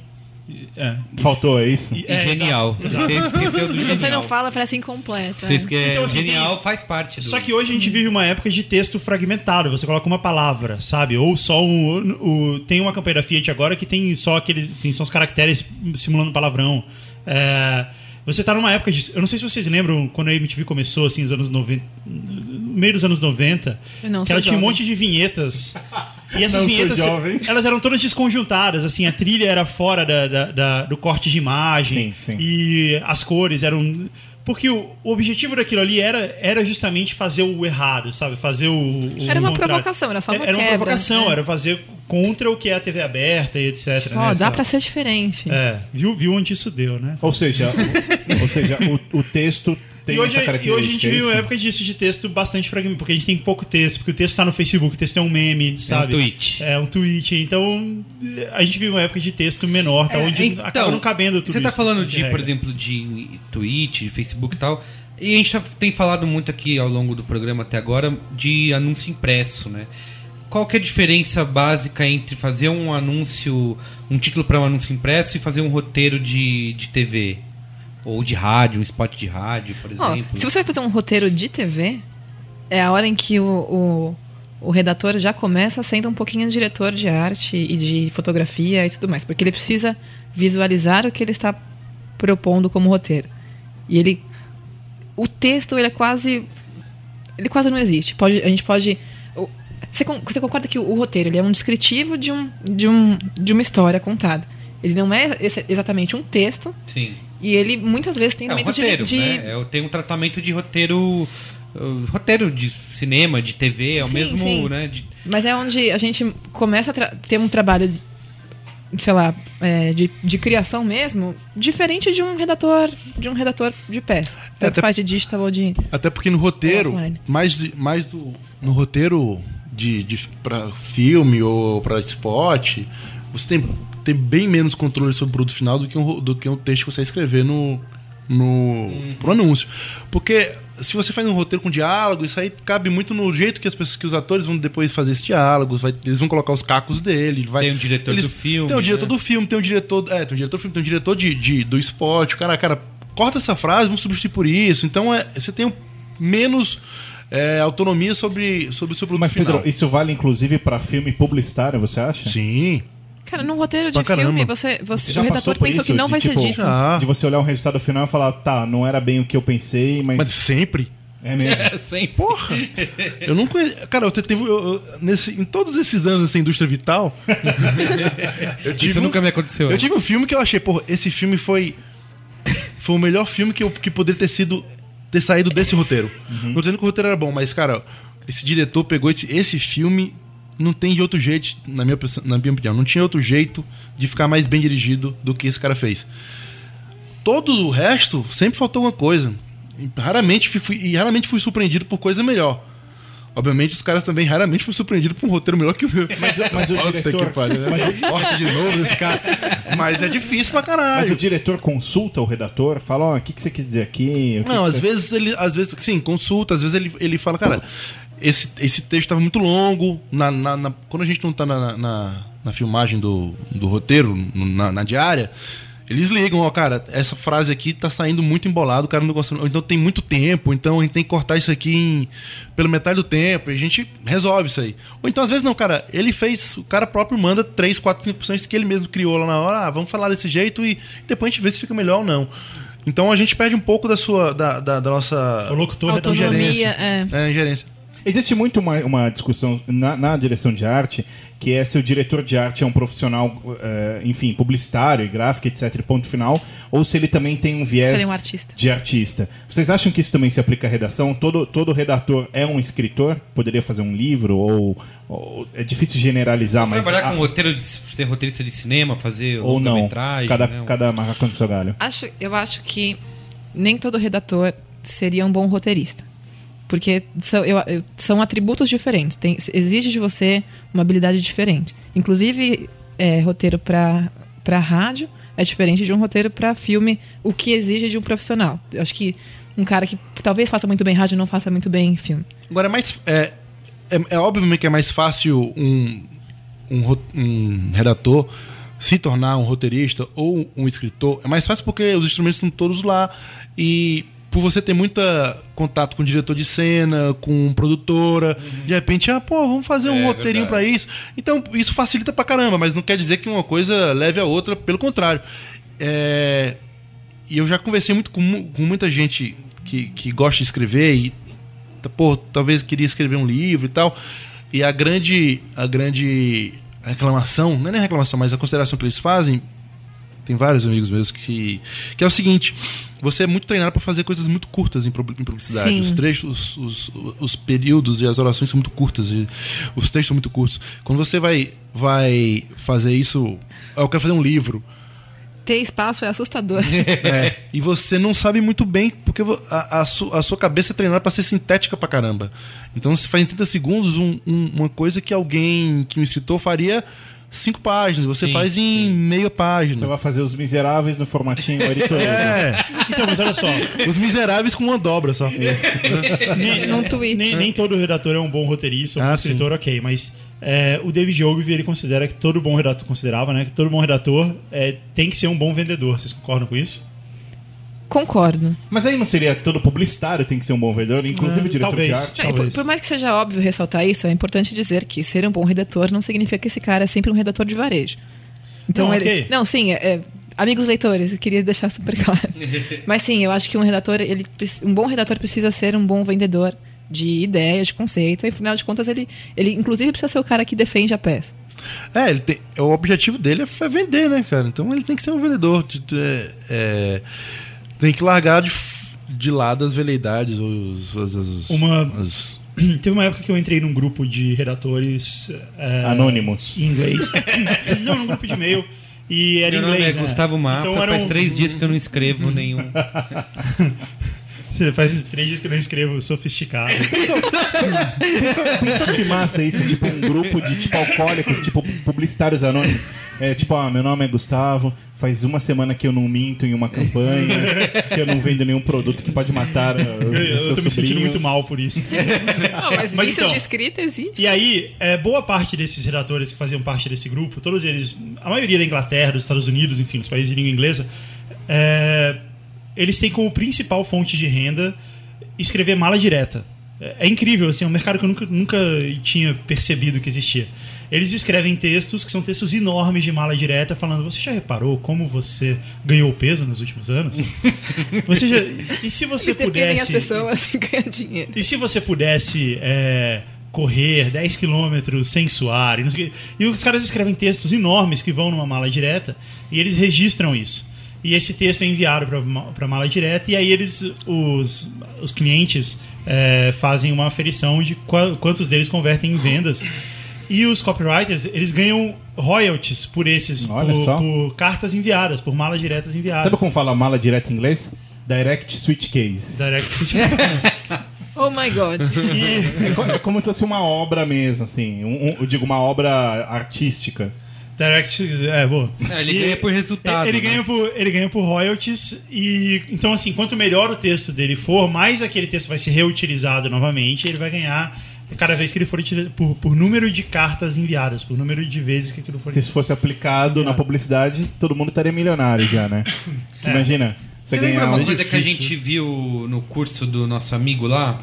É. Faltou, é isso? E- E é, genial. exato, exato. Você esqueceu do Se genial. você não fala, parece incompleta. Você esque... Então, assim, tem genial isso. faz parte do... Só que hoje a gente vive uma época de texto fragmentado. Você coloca uma palavra, sabe? Ou só um. O, tem uma campanha da Fiat agora que tem só aquele. Tem só os caracteres simulando palavrão. É, você tá numa época de. Eu não sei se vocês lembram quando a M T V começou, assim, nos anos noventa. No meio dos anos noventa. Eu não que sou ela tinha um jovem. monte de vinhetas. E essas Não sou vinhetas, jovem. elas eram todas desconjuntadas, assim, a trilha era fora da, da- da- do corte de imagem Sim, sim. e as cores eram... Porque o, o objetivo daquilo ali era, era justamente fazer o errado, sabe? Fazer o... o Era uma contrário. provocação, era só uma Era uma quebra, provocação, né? era fazer contra o que é a T V aberta e etcétera. Ó, né? dá Essa- pra ser diferente. É, viu, viu onde isso deu, né? Ou seja, o, ou seja o, o texto tem E hoje, essa e característica. hoje a gente é vive uma isso? época disso, de texto bastante fragmentado, porque a gente tem pouco texto, porque o texto está no Facebook, o texto é um meme, sabe? tweet. É um tweet. Então, a gente vive uma época de texto menor, tá? É, onde então, acaba não cabendo tudo Você tá isso, falando de de, por regra. exemplo, de Twitch, Facebook e tal. E a gente tá- tem falado muito aqui ao longo do programa até agora de anúncio impresso, né? Qual que é a diferença básica entre fazer um anúncio, um título para um anúncio impresso e fazer um roteiro de, de T V? Ou de rádio, um spot de rádio, por Ó, exemplo? se você vai fazer um roteiro de T V, é a hora em que o, o, o redator já começa sendo um pouquinho diretor de arte e de fotografia e tudo mais. Porque ele precisa visualizar o que ele está propondo como roteiro. E ele... O texto, ele é quase... Ele quase não existe. Pode, a gente pode... Você, você concorda que o, o roteiro ele é um descritivo de, um, de, um, de uma história contada. Ele não é esse, exatamente um texto. Sim. E ele muitas vezes tem É um elementos roteiro, de... de... né? É, tem um tratamento de roteiro... uh, roteiro de cinema, de T V, é o Sim, mesmo, sim. né? de- Mas é onde a gente começa a tra- ter um trabalho, sei lá, é, de, de criação mesmo, diferente de um redator de um redator de peça. Tanto até- faz de digital ou de... Até porque no roteiro, Offline. mais, de- mais do, no roteiro de, de para filme ou para spot, você tem, tem bem menos controle sobre o produto final do que um, ro- do que um texto que você escrever no, no pro anúncio. Porque se você faz um roteiro com diálogo, isso aí cabe muito no jeito que as pessoas, que os atores vão depois fazer esse diálogo, vai- eles vão colocar os cacos dele, vai, Tem um diretor eles- do filme, tem o diretor né? do filme, tem o diretor, é, tem o diretor do filme, tem o diretor de, de- do spot, o cara, cara, corta essa frase, vamos substituir por isso. Então é, você tem um, menos é, autonomia sobre, sobre o seu produto Mas, final. Pedro, isso vale inclusive pra filme publicitário, você acha? Sim. Cara, num roteiro de Pra caramba. filme, você, você, Você já o passou redator por pensa isso? que não De, vai tipo, ser dito. Já. De você olhar o resultado final e falar, tá, não era bem o que eu pensei, mas... Mas sempre. É mesmo. Sem Porra! Eu não conheço. Cara, eu teve. Eu, eu- nesse, em todos esses anos nessa indústria vital. eu tive Isso um- nunca me aconteceu Eu antes. tive um filme que eu achei, porra, esse filme foi. Foi o melhor filme que, eu, que poderia ter sido. Ter saído desse roteiro. Não tô dizendo que o roteiro era bom, mas, cara, esse diretor pegou esse, esse filme. Não tem de outro jeito, na minha, opinião- na minha opinião, não tinha outro jeito de ficar mais bem dirigido do que esse cara fez. Todo o resto sempre faltou alguma coisa. E raramente fui, fui- e raramente fui surpreendido por coisa melhor. Obviamente, os caras também raramente foram surpreendidos por um roteiro melhor que o meu. Mas, o- mas o Puta diretor... que pariu, né? Gosta de novo desse cara. Mas é difícil pra Mas caralho. o diretor consulta o redator, fala, ó, o que, que você quis dizer aqui? O que Não, que às você- vezes ele, às vezes, sim, consulta, às vezes ele, ele fala, cara, esse, esse texto estava muito longo. Na, na- na- quando a gente não tá na, na, na filmagem do, do roteiro, no- na, na diária, eles ligam, ó, cara, essa frase aqui tá saindo muito embolado, o cara não gosta. Ou então tem muito tempo, então a gente tem que cortar isso aqui em, pela metade do tempo, e a gente resolve isso aí. Ou então, às vezes, não, cara, ele fez, o cara próprio manda três, quatro, cinco opções que ele mesmo criou lá na hora, ah, vamos falar desse jeito e depois a gente vê se fica melhor ou não. Então a gente perde um pouco da sua, da, da, da nossa O locutor é tão Autonomia, gerência. é. é, gerência. Existe muito uma, uma discussão na, na direção de arte, que é se o diretor de arte é um profissional, eh, enfim, publicitário e gráfico, etc, ponto final, ou se ele também tem um viés Se ele é um artista. de artista. Vocês acham que isso também se aplica à redação? Todo, todo redator é um escritor? Poderia fazer um livro? Ou, ou- é difícil generalizar, mas... Trabalhar ah, com roteiro de ser roteirista de cinema, fazer ou não, longa-metragem, cada, né? cada macaco no seu galho. Acho, eu acho que nem todo redator seria um bom roteirista. Porque são, eu- eu- são atributos diferentes. Tem, exige de você uma habilidade diferente. Inclusive, é, roteiro para para rádio é diferente de um roteiro para filme, o que exige de um profissional. Eu acho que um cara que talvez faça muito bem rádio não faça muito bem filme. Agora, é mais. É, é, é obviamente que é mais fácil um, um, ro- um redator se tornar um roteirista ou um escritor. É mais fácil porque os instrumentos estão todos lá e por você ter muito contato com diretor de cena, com produtora, de repente, ah, pô, vamos fazer um É, roteirinho verdade. pra isso. Então, isso facilita pra caramba, mas não quer dizer que uma coisa leve a outra, pelo contrário. É, e eu já conversei muito com, mu- com muita gente que, que gosta de escrever e, pô, talvez queria escrever um livro e tal. E a grande, a grande reclamação, não é nem reclamação, mas a consideração que eles fazem, tem vários amigos meus que, que é o seguinte: você é muito treinado para fazer coisas muito curtas em pub- em publicidade. Sim. Os trechos, os, os, os períodos e as orações são muito curtas, e os textos são muito curtos. Quando você vai, vai fazer isso, ah, eu quero fazer um livro. Ter espaço é assustador. É, e você não sabe muito bem, porque vo- a, a, su- a sua cabeça é treinada para ser sintética pra caramba. Então você faz em trinta segundos um- um- uma coisa que alguém, que um escritor faria cinco páginas, você Sim, faz em meia página. Você vai fazer Os Miseráveis no formatinho editorial. É, Então, mas olha só. Os Miseráveis com uma dobra só. nem, Num tweet. Nem, nem todo redator é um bom roteirista ou um Ah, escritor, ok, mas é, o David Ogilvy, ele considera que todo bom redator considerava, né, que todo bom redator é, tem que ser um bom vendedor. Vocês concordam com isso? Concordo. Mas aí não seria todo publicitário tem que ser um bom vendedor, inclusive É, diretor talvez. de arte? É, por, Talvez. por mais que seja óbvio ressaltar isso, é importante dizer que ser um bom redator não significa que esse cara é sempre um redator de varejo. Então Não, ele, ok. não, sim, é, é, amigos leitores, eu queria deixar super claro. Mas sim, eu acho que um redator, ele, um bom redator precisa ser um bom vendedor de ideias, de conceito, e afinal de contas ele, ele inclusive precisa ser o cara que defende a peça. É, ele tem, o objetivo dele é vender, né, cara? Então ele tem que ser um vendedor. É, é, tem que largar de, de lado as veleidades. Os, as, as, uma, as... Teve uma época que eu entrei num grupo de redatores é, anônimos em inglês. Não, num grupo de e-mail. E era Meu inglês, nome é né? Gustavo Mapa, Então, faz um... três dias que eu não escrevo nenhum. Faz três dias que eu não escrevo sofisticado. Pensa que massa isso, tipo um grupo de tipo alcoólicos, tipo publicitários anônimos. É tipo, ah, meu nome é Gustavo, faz uma semana que eu não minto em uma campanha, que eu não vendo nenhum produto que pode matar uh, os, eu, eu seus tô me sentindo sobrinhos. muito mal por isso. Não, mas Mas vícios então, de escrita existe. E aí, é, boa parte desses redatores que faziam parte desse grupo, todos eles, a maioria da Inglaterra, dos Estados Unidos, enfim, dos países de língua inglesa, é, eles têm como principal fonte de renda escrever mala direta. É, é incrível, assim, é um mercado que eu nunca, nunca tinha percebido que existia. Eles escrevem textos que são textos enormes de mala direta, falando: você já reparou como você ganhou peso nos últimos anos? Você já... E se você Eles dependem as pudesse... pessoas e ganham dinheiro. E se você pudesse é, correr dez quilômetros sem suar? E, não sei o quê? E os caras escrevem textos enormes que vão numa mala direta e eles registram isso. E esse texto é enviado para a mala direta e aí eles, os, os clientes é, fazem uma aferição de qu- quantos deles convertem em vendas. E os copywriters, eles ganham royalties por esses, Olha por, só. por cartas enviadas, por malas diretas enviadas. Sabe como fala mala direta em inglês? Direct switch case. Direct Oh my God. e, É, co- é como se fosse uma obra mesmo, assim. Um, um- eu digo, uma obra artística. Direct, é, boa. É, ele E ganha por resultado. Ele, né? ganha por, ele ganha por royalties e então assim, quanto melhor o texto dele for, mais aquele texto vai ser reutilizado novamente, ele vai ganhar cada vez que ele for utilizado, por, por número de cartas enviadas, por número de vezes que aquilo for Se isso fosse aplicado na publicidade, todo mundo estaria milionário já, né? É. Imagina. Você Você lembra ganhar uma um... coisa que a difícil. gente viu no curso do nosso amigo lá,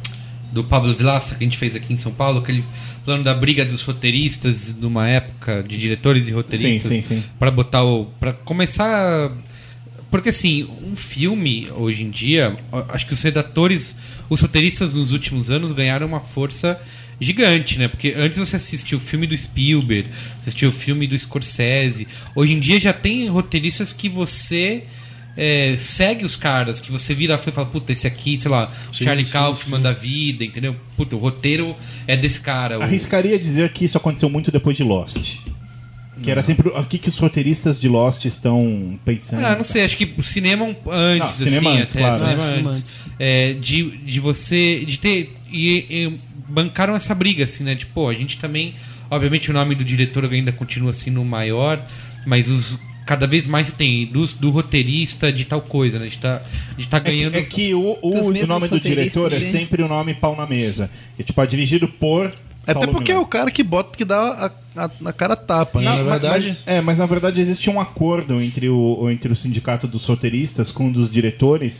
do Pablo Vilaça, que a gente fez aqui em São Paulo, que ele falando da briga dos roteiristas numa época de diretores e roteiristas Sim, sim, sim. para botar o para começar, porque assim, um filme hoje em dia, acho que os redatores, os roteiristas nos últimos anos ganharam uma força gigante, né? Porque antes você assistia o filme do Spielberg, assistia o filme do Scorsese. Hoje em dia já tem roteiristas que você é, segue os caras, que você vira e fala: puta, esse aqui, sei lá, Sim, Charlie sim, Kaufman sim. da vida, entendeu? Puta, o roteiro é desse cara. O- Arriscaria dizer que isso aconteceu muito depois de Lost. Que era sempre o que, que os roteiristas de Lost estão pensando. Ah, não sei, acho que o cinema um- antes, Não, cinema assim, antes, até, claro. cinema Ah, cinema antes. antes. É, de, de você, de ter, e, e bancaram essa briga, assim, né, de, pô, a gente também, obviamente o nome do diretor ainda continua sendo o maior, mas os, cada vez mais tem do, do roteirista de tal coisa, né, a gente tá, a gente tá É que, ganhando... é que o, o- Dos o mesmos nome do diretor é roteiristas, né? sempre o nome pau na mesa. É tipo, é dirigido por. Até Saulo porque é Milano. o cara que bota, que dá a, a, a cara tapa, né? Não, Na mas- verdade. mas- é, mas na verdade existe um acordo entre o, entre o sindicato dos roteiristas com um dos diretores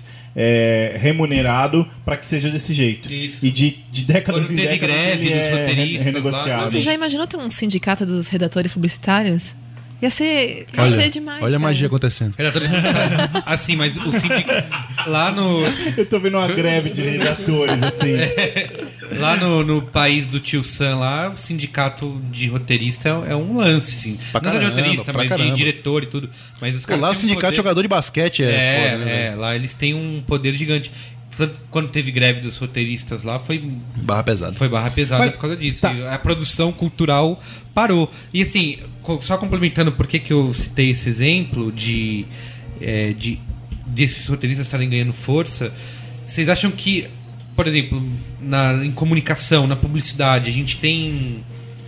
é, remunerado para que seja desse jeito. Isso. E de, de décadas Quando em teve décadas greve ele dos é roteiristas re- lá, renegociado. Você já imaginou ter um sindicato dos redatores publicitários? Ia ser, ia Olha, ser demais. olha a cara. magia acontecendo. Assim, mas o sindicato... Lá no... Eu tô vendo uma greve de redatores, assim. Lá no, no país do tio Sam, lá, o sindicato de roteirista é, é um lance, assim. Pra Não só de caramba, roteirista, pra mas caramba. de diretor e tudo. Mas os Pô, caras lá o têm um sindicato de poder- jogador de basquete é, É, foda, né? é, lá eles têm um poder gigante. Tanto Quando teve greve dos roteiristas lá, foi, Barra pesada. foi barra pesada Mas- por causa disso. tá. E a produção cultural parou. E assim, co- só complementando por que que eu citei esse exemplo de, é, de desses roteiristas estarem ganhando força, vocês acham que, por exemplo, na, em comunicação, na publicidade, a gente tem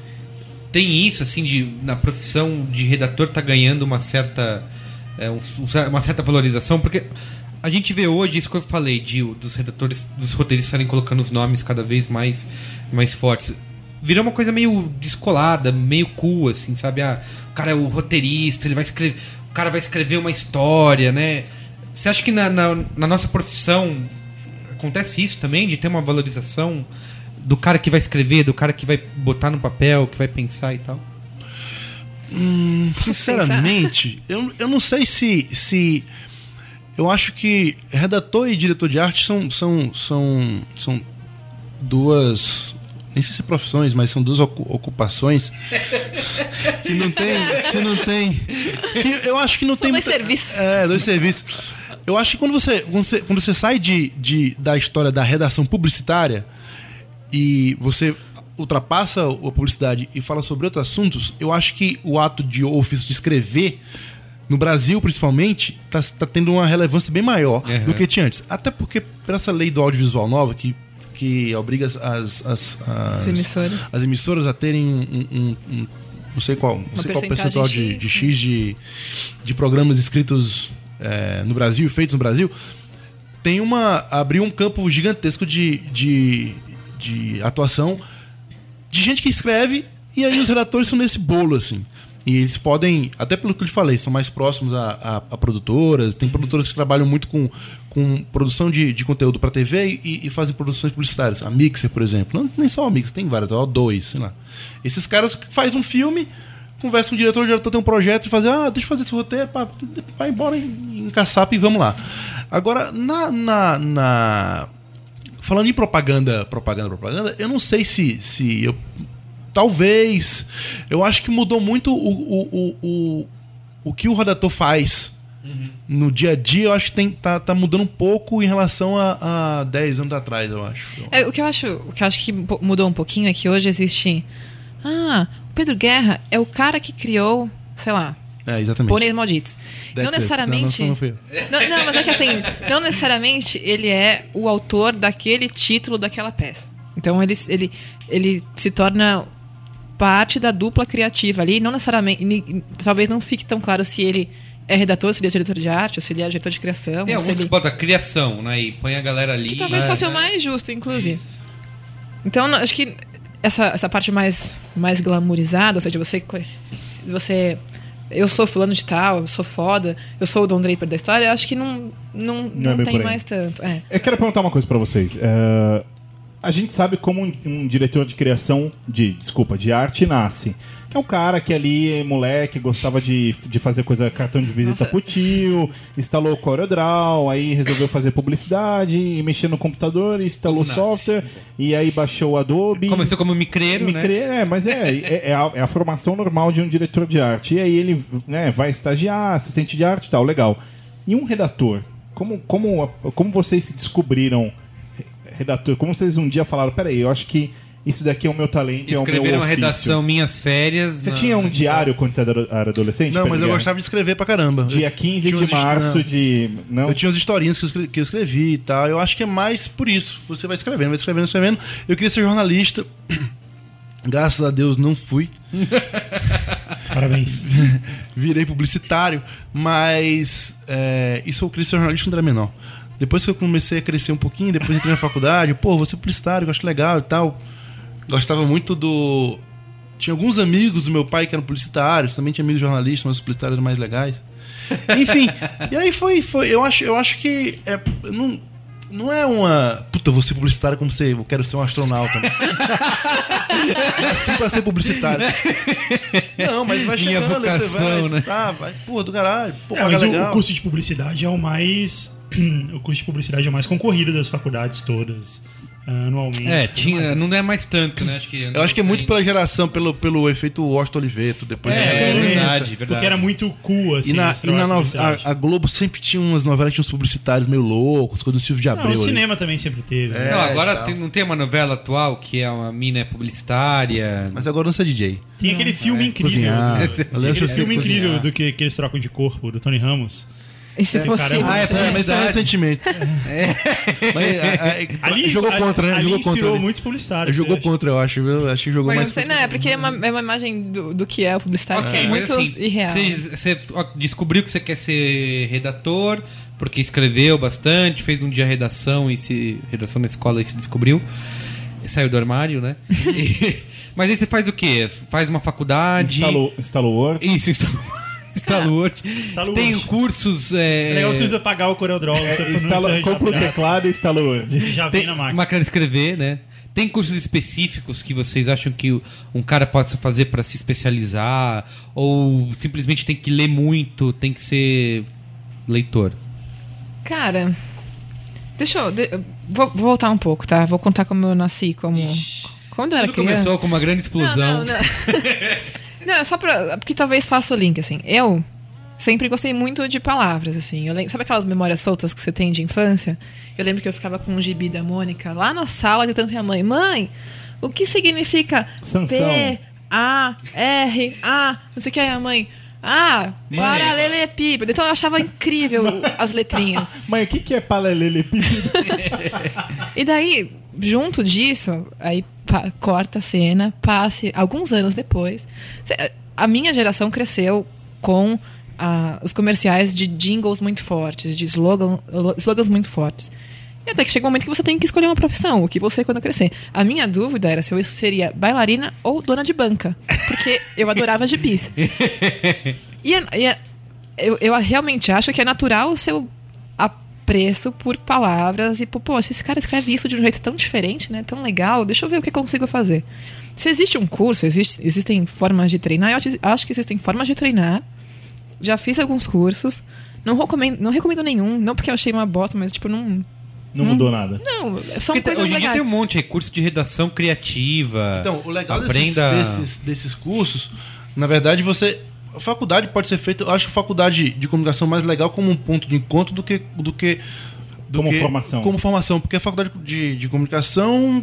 tem isso, assim, de na profissão de redator tá ganhando uma certa é, um- uma certa valorização, porque a gente vê hoje isso que eu falei de dos redatores, dos roteiristas estarem colocando os nomes cada vez mais mais fortes. Virou uma coisa meio descolada, meio cool, assim, sabe? Ah, o cara é o roteirista, ele vai escrever, o cara vai escrever uma história, né? Você acha que na, na, na nossa profissão acontece isso também, de ter uma valorização do cara que vai escrever, do cara que vai botar no papel, que vai pensar e tal? Hum, sinceramente, eu, eu não sei se, se. Eu acho que redator e diretor de arte são, são, são, são duas. Nem sei se é profissões, mas são duas ocupações que não tem. Que não tem. Que eu acho que não São tem. dois muita- serviços. É, dois serviços. Eu acho que quando você, quando você, quando você sai de, de, da história da redação publicitária e você ultrapassa a publicidade e fala sobre outros assuntos, eu acho que o ato de ofício de escrever, no Brasil principalmente, está tá tendo uma relevância bem maior Uhum. do que tinha antes. Até porque, por essa lei do audiovisual nova, que, que obriga as, as, as, As emissoras. as emissoras a terem um, um- um- não sei qual, não sei qual percentagem percentual de, X, de X de, de programas escritos é, no Brasil, feitos no Brasil, tem uma abriu um campo gigantesco de, de, de atuação de gente que escreve, e aí os redatores são nesse bolo, assim. E eles podem, até pelo que eu te falei, são mais próximos a, a, a produtoras. Tem produtoras que trabalham muito com, com produção de, de conteúdo para T V e, e fazem produções publicitárias. A Mixer, por exemplo. Não, nem só a Mixer, tem várias, a O dois, sei lá. Esses caras fazem um filme, conversa com o diretor, o diretor tem um projeto e faz, ah, deixa eu fazer esse roteiro, pá, vai embora em, em caçapa e vamos lá. Agora, na... na, na falando em propaganda, propaganda, propaganda, eu não sei se, se eu. Talvez. Eu acho que mudou muito o, o, o, o, o que o redator faz uhum. no dia a dia. Eu acho que tem, tá, tá mudando um pouco em relação a, a dez anos atrás, eu acho. É, o que eu acho, o que eu acho que mudou um pouquinho é que hoje existe. Ah, o Pedro Guerra é o cara que criou, sei lá. É, exatamente. Pôneis Malditos. That's Não necessariamente. Não, não, não fui eu. Não, não, mas é que assim, não necessariamente ele é o autor daquele título daquela peça. Então ele, ele, ele se torna parte da dupla criativa ali. Não necessariamente. Ele, talvez não fique tão claro se ele é redator, se ele é diretor de arte, ou se ele é diretor de criação. Tem ou se alguns ele... que botam criação, né? E põe a galera ali. Que talvez né? fosse o É. mais justo, inclusive. Isso. Então, não, acho que essa, essa parte mais, mais glamourizada, ou seja, você, você. Eu sou fulano de tal, eu sou foda, eu sou o Don Draper da história, eu acho que não, não, Não não, é bem tem por aí. mais tanto. É. Eu quero perguntar uma coisa pra vocês. É, a gente sabe como um, um diretor de criação, de desculpa, de arte nasce. Que é um cara que ali, moleque, gostava de, de fazer coisa, cartão de visita Nossa. pro tio, instalou o CorelDRAW, aí resolveu fazer publicidade, e mexer no computador, instalou o Nasce. software, e aí baixou o Adobe. Começou como micreiro, Me né? cre- É, mas é, é, é a, é a formação normal de um diretor de arte. E aí ele, né, vai estagiar, assistente de arte e tal, legal. E um redator? Como, como, como vocês se descobriram redator? Como vocês um dia falaram, peraí, eu acho que isso daqui é o meu talento, é o meu Escreveram uma ofício. redação Minhas Férias. Você na- tinha um diário quando você era era adolescente? Não, mas eu Pedro? gostava de escrever pra caramba. Dia Eu quinze tinha de uns- março não. de... Não? Eu tinha umas historinhas que eu, escrevi, que eu escrevi e tal. Eu acho que é mais por isso. Você vai escrevendo, vai escrevendo, escrevendo. Eu queria ser jornalista. Graças a Deus não fui. Parabéns. Virei publicitário. Mas é, isso eu queria ser jornalista quando era menor. Depois que eu comecei a crescer um pouquinho, depois entrei na faculdade, pô, vou ser publicitário, eu acho legal e tal. Gostava muito do... Tinha alguns amigos do meu pai que eram publicitários, também tinha amigos jornalistas, mas os publicitários eram mais legais. Enfim, e aí foi, foi eu acho, eu acho que é, não, não é uma... Puta, eu vou ser publicitário como você, eu quero ser um astronauta. Né? Assim pra ser publicitário. Não, mas vai Minha chegando, aí você vocação, vai, né? tá, vai, porra, do caralho, pô, É, paga mas o, legal. o curso de publicidade é o mais. O curso de publicidade é o mais concorrido das faculdades todas, anualmente. É, tudo tinha, mais. não é mais tanto, né? Acho que Eu acho que é muito pela geração, pelo, pelo efeito Washington Oliveto, depois É, de- é verdade, verdade. Porque era muito cool, assim. E na, esse e na trabalho de no- publicidade. a, a Globo sempre tinha umas novelas que tinha uns publicitários meio loucos, coisa do Silvio de Não, Abreu. o ali. cinema também sempre teve. né? É, Não, agora tal. tem- não tem uma novela atual que é uma mina publicitária. Mas agora não sei D J. Tem aquele filme incrível. Cozinhar. do- Aliás, aquele você filme cozinhar. incrível do que, que eles trocam de corpo, do Tony Ramos. E se fosse. cara é Ah, é você- É, mas isso é publicidade. recentemente. Mas, a- a- Ali jogou ali- contra, né? Ali Jogou inspirou contra. ali. muitos publicitários. Jogou eu acho. contra, eu acho. viu? Acho que jogou Mas mais. Não sei, não, é porque é uma, é uma imagem do, do que é o publicitário que Ok, é mas muito assim, irreal. você, você ó, descobriu que você quer ser redator, porque escreveu bastante, fez um dia redação e se. Redação na escola e se descobriu. Saiu do armário, né? E- mas aí você faz o quê? Faz uma faculdade. Instalou, instalou Word. Isso, instalou. Instala o Word. Instala o Tem Word. cursos. É, É legal que você precisa pagar o CorelDRAW. você não Instala, precisa compra o já- teclado e instala o Word. Já tem vem na máquina. máquina de escrever, né? Tem cursos específicos que vocês acham que um cara possa fazer para se especializar? Ou simplesmente tem que ler muito, tem que ser leitor? Cara, deixa eu... De, vou, vou voltar um pouco, tá? Vou contar como eu nasci, como... Ixi. Quando eu era Tudo criança... começou com uma grande explosão. Não, não, não. Não, é só pra... Porque talvez faça o link, assim. Eu sempre gostei muito de palavras, assim. Eu lembro, sabe aquelas memórias soltas que você tem de infância? Eu lembro que eu ficava com um gibi da Mônica lá na sala gritando pra minha mãe: mãe, o que significa Sansão. P, A, R, A, não sei o que. Aí a mãe... Ah, paralelepípedo. Então eu achava incrível as letrinhas. Mãe, o que, que é paralelepípedo? E daí, junto disso, aí pa- corta a cena, passe alguns anos depois. Cê- A minha geração cresceu com ah, os comerciais de jingles muito fortes, de slogan, slogans muito fortes. E até que chega um momento que você tem que escolher uma profissão, o que você quando crescer. A minha dúvida era se eu seria bailarina ou dona de banca, porque eu adorava gibis. E, é- e é- eu, eu realmente acho que é natural o seu apreço por palavras e, pô, pô, se esse cara escreve isso de um jeito tão diferente, né, tão legal, deixa eu ver o que eu consigo fazer. Se existe um curso, existe, existem formas de treinar, eu acho, acho que existem formas de treinar. Já fiz alguns cursos, não recomendo, não recomendo nenhum, não porque eu achei uma bosta, mas tipo, não... Não mudou nada. Não, são Porque coisas hoje em dia legais. tem um monte de recurso de redação criativa. Então, o legal Aprenda... desses, desses, desses cursos, na verdade, você... A faculdade pode ser feita... Eu acho a faculdade de comunicação mais legal como um ponto de encontro do que... Do que do Como que- formação. Como formação. Porque a faculdade de, de comunicação...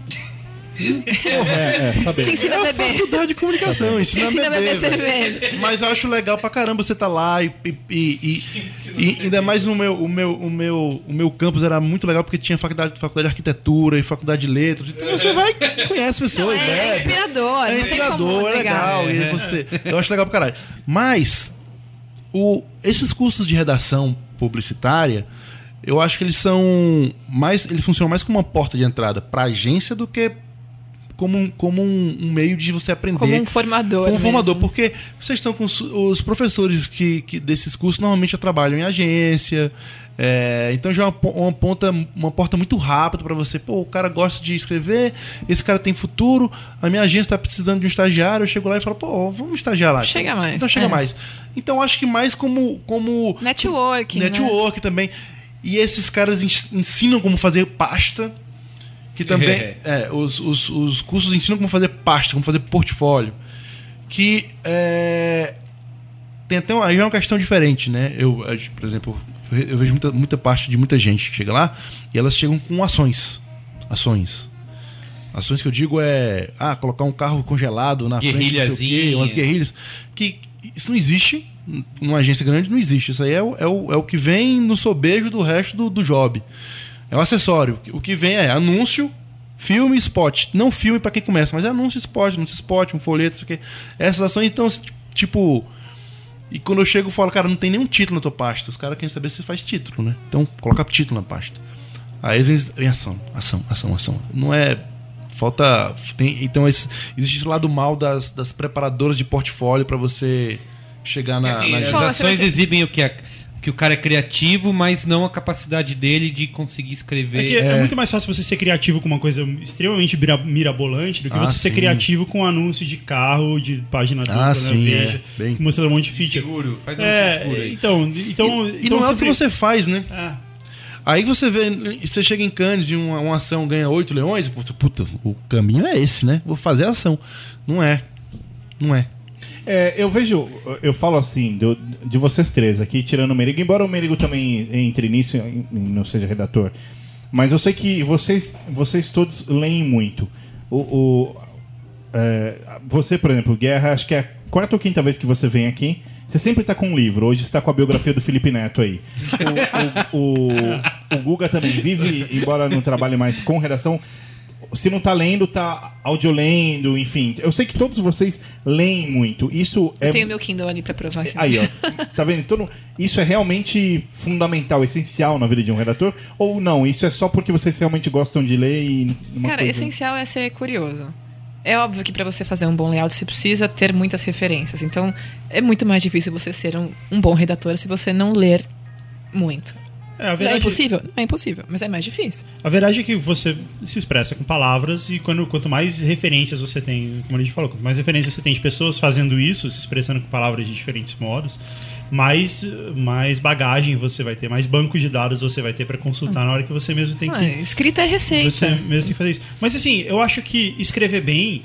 É, é, saber. Te ensina É a a beber. faculdade de comunicação. Te Ensina, ensina a beber, a beber velho. cerveja. Mas eu acho legal pra caramba você tá lá e... e, e, e- e ainda mais no meu, o, meu, o, meu, o meu campus era muito legal porque tinha faculdade, faculdade de arquitetura e faculdade de letras. Então você vai conhece pessoas, É, né? inspirador, É não tem inspirador, como é negar. legal. E você, eu acho legal pra caralho. Mas o, esses cursos de redação publicitária, eu acho que eles são mais. Eles funcionam mais como uma porta de entrada pra agência do que como um, como um, um meio de você aprender. Como um formador Como um formador, mesmo. porque vocês estão com os, os professores que, que desses cursos normalmente já trabalham em agência. É, então já é uma, po- uma, ponta, uma porta muito rápida para você. Pô, o cara gosta de escrever, esse cara tem futuro, a minha agência está precisando de um estagiário, eu chego lá e falo, pô, vamos estagiar lá. Chega mais, Então chega é. mais. Então acho que mais como... como Networking, né? network também. E esses caras ens- ensinam como fazer pasta, que também... é, os, os, os cursos ensinam como fazer pasta, como fazer portfólio. Que é, tem até uma, aí é uma questão diferente, né? Eu, por exemplo, eu, eu vejo muita, muita parte de muita gente que chega lá e elas chegam com ações. Ações. Ações que eu digo é... Ah, colocar um carro congelado na frente, não sei o quê, Guerrilhazinhas. umas guerrilhas. Que isso não existe. Numa agência grande não existe. Isso aí é o, é o, é o que vem no sobejo do resto do, do job. É um acessório. O que vem é anúncio, filme e spot. Não filme pra quem começa, mas é anúncio e spot, anúncio e spot, um folheto, isso aqui. Essas ações, então, tipo... E quando eu chego, eu falo, cara, não tem nenhum título na tua pasta. Os caras querem saber se você faz título, né? Então, coloca título na pasta. Aí vem, vem ação, ação, ação, ação. Não é... Falta... Tem, então, esse, existe esse lado mal das, das preparadoras de portfólio pra você chegar na... Assim, na as agência. Pô, ações você- exibem o que, é, que o cara é criativo, mas não a capacidade dele de conseguir É, escrever. que é muito mais fácil você ser criativo com uma coisa extremamente mira- mirabolante do que Ah, você ser sim. criativo com um anúncio de carro, de página dupla, Ah, né, sim, Veja, é. Bem- mostrando um monte de feature. Seguro, faz um seguro É, aí. então, então, E, e então não é o que sempre- você faz, né? É. Aí você vê, você chega em Cannes e uma, uma ação ganha oito leões, e você, puta, o caminho é esse, né? Vou fazer a ação. Não é. Não é. É, eu vejo, eu falo assim, do- de vocês três aqui, tirando o Merigo, embora o Merigo também entre nisso e não seja redator, mas eu sei que vocês, vocês todos leem muito. O, o- é, você, por exemplo, Guerra, acho que é a quarta ou quinta vez que você vem aqui, você sempre está com um livro, hoje está com a biografia do Felipe Neto aí. O, o, o, o Guga também vive, embora não trabalhe mais com redação, se não tá lendo, tá audiolendo, enfim. Eu sei que todos vocês leem muito. Isso é. Eu tenho meu Kindle ali pra provar. aqui. Aí, ó. Tá vendo? Todo... Isso é realmente fundamental, essencial na vida de um redator? Ou não? Isso é só porque vocês realmente gostam de ler e. Uma Cara, coisa... essencial é ser curioso. É óbvio que pra você fazer um bom layout você precisa ter muitas referências. Então, é muito mais difícil você ser um, um bom redator se você não ler muito. É, a Não é verdade, impossível? Não é impossível, mas é mais difícil. a verdade é que você se expressa com palavras e quando, quanto mais referências você tem, como a gente falou, quanto mais referências você tem de pessoas fazendo isso, se expressando com palavras de diferentes modos, mais, mais bagagem você vai ter, mais banco de dados você vai ter para consultar na hora que você mesmo tem Ah, que... escrita é receita. Você mesmo tem que fazer isso. Mas assim, eu acho que escrever bem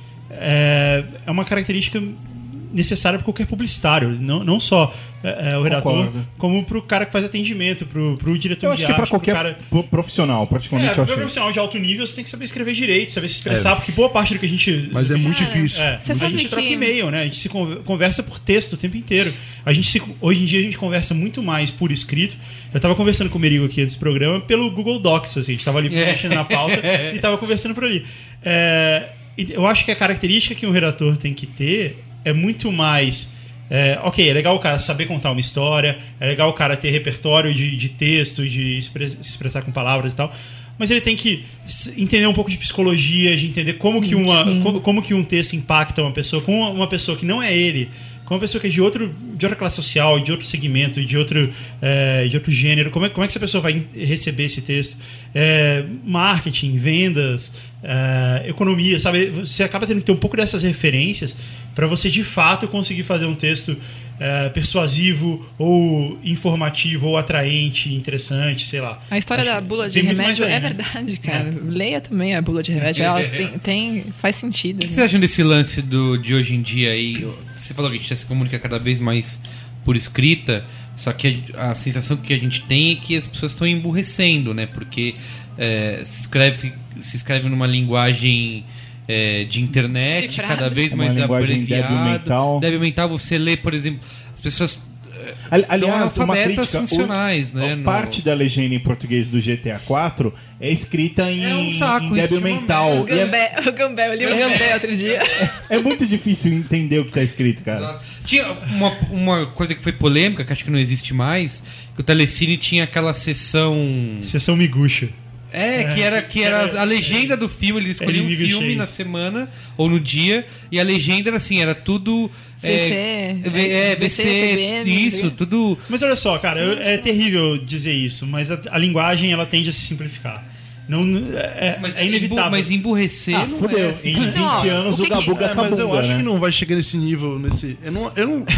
é, é uma característica necessária para qualquer publicitário. Não, não só é, é, o redator, Concordo. como para o cara que faz atendimento, para o diretor Eu de acho que é arte. pra qualquer pro cara... pro- profissional, praticamente, É, eu para acho. profissional de alto nível, você tem que saber escrever direito, saber se expressar, É. porque boa parte do que a gente... Mas é muito difícil. É, Você a sabe gente que- troca e-mail, né? A gente se con- conversa por texto o tempo inteiro. A gente se- hoje em dia a gente conversa muito mais por escrito. Eu tava conversando com o Merigo aqui nesse programa pelo Google Docs, assim. A gente tava ali mexendo na pauta e tava conversando por ali. É, e eu acho que a característica que um redator tem que ter é muito mais... É, ok, é legal o cara saber contar uma história, é legal o cara ter repertório de, de texto, de expre- se expressar com palavras e tal, mas ele tem que s- entender um pouco de psicologia, de entender como que, uma, Sim. como, como que um texto impacta uma pessoa, com uma, uma pessoa que não é ele, com uma pessoa que é de, outro, de outra classe social, de outro segmento, de outro, é, de outro gênero, como é, como é que essa pessoa vai in- receber esse texto? É, marketing, vendas, é, economia, sabe? Você acaba tendo que ter um pouco dessas referências para você de fato conseguir fazer um texto é, persuasivo ou informativo ou atraente, interessante, sei lá. A história Acho da que bula de tem muito mais remédio aí, é né? verdade, cara. Leia também a bula de remédio. Ela tem, tem- faz sentido. O que vocês acham desse lance do, de hoje em dia aí? Você falou que a gente já se comunica cada vez mais por escrita, só que a, a sensação que a gente tem é que as pessoas estão emburrecendo, né? Porque é, se, escreve, se escreve numa linguagem é, de internet, Cifrada. cada vez Uma mais linguagem abreviado. débil mental. Débil mental, você lê, por exemplo, as pessoas... Ali- Aliás, são uma analfabetas crítica, funcionais, o- né, a no- parte da legenda em português do G T A quatro é escrita em, É um saco, em isso débil que é uma mental. Os E é, Gambé, o Gambé, eu li o Gambé outro dia. é muito difícil entender o que tá escrito, cara. Exato. Tinha uma, uma coisa que foi polêmica, que acho que não existe mais, que o Telecine tinha aquela sessão... Sessão miguxa. É, que era, que era a legenda do filme, eles escolhiam um Inimigo filme Chase. na semana ou no dia, e a legenda era assim, era tudo... V C, é, é, é, V C, V C, P B M, isso, né? tudo... Mas olha só, cara, eu- é terrível dizer isso, mas a, a linguagem ela tende a se simplificar. Não, é, Mas, é inevitável. embu- mas emburrecer Ah, não fudeu. é assim. Em vinte Não, anos o o, que que- Gabuga É, mas eu acabou, acho né? que não vai chegar nesse nível, nesse... Eu não... Eu não...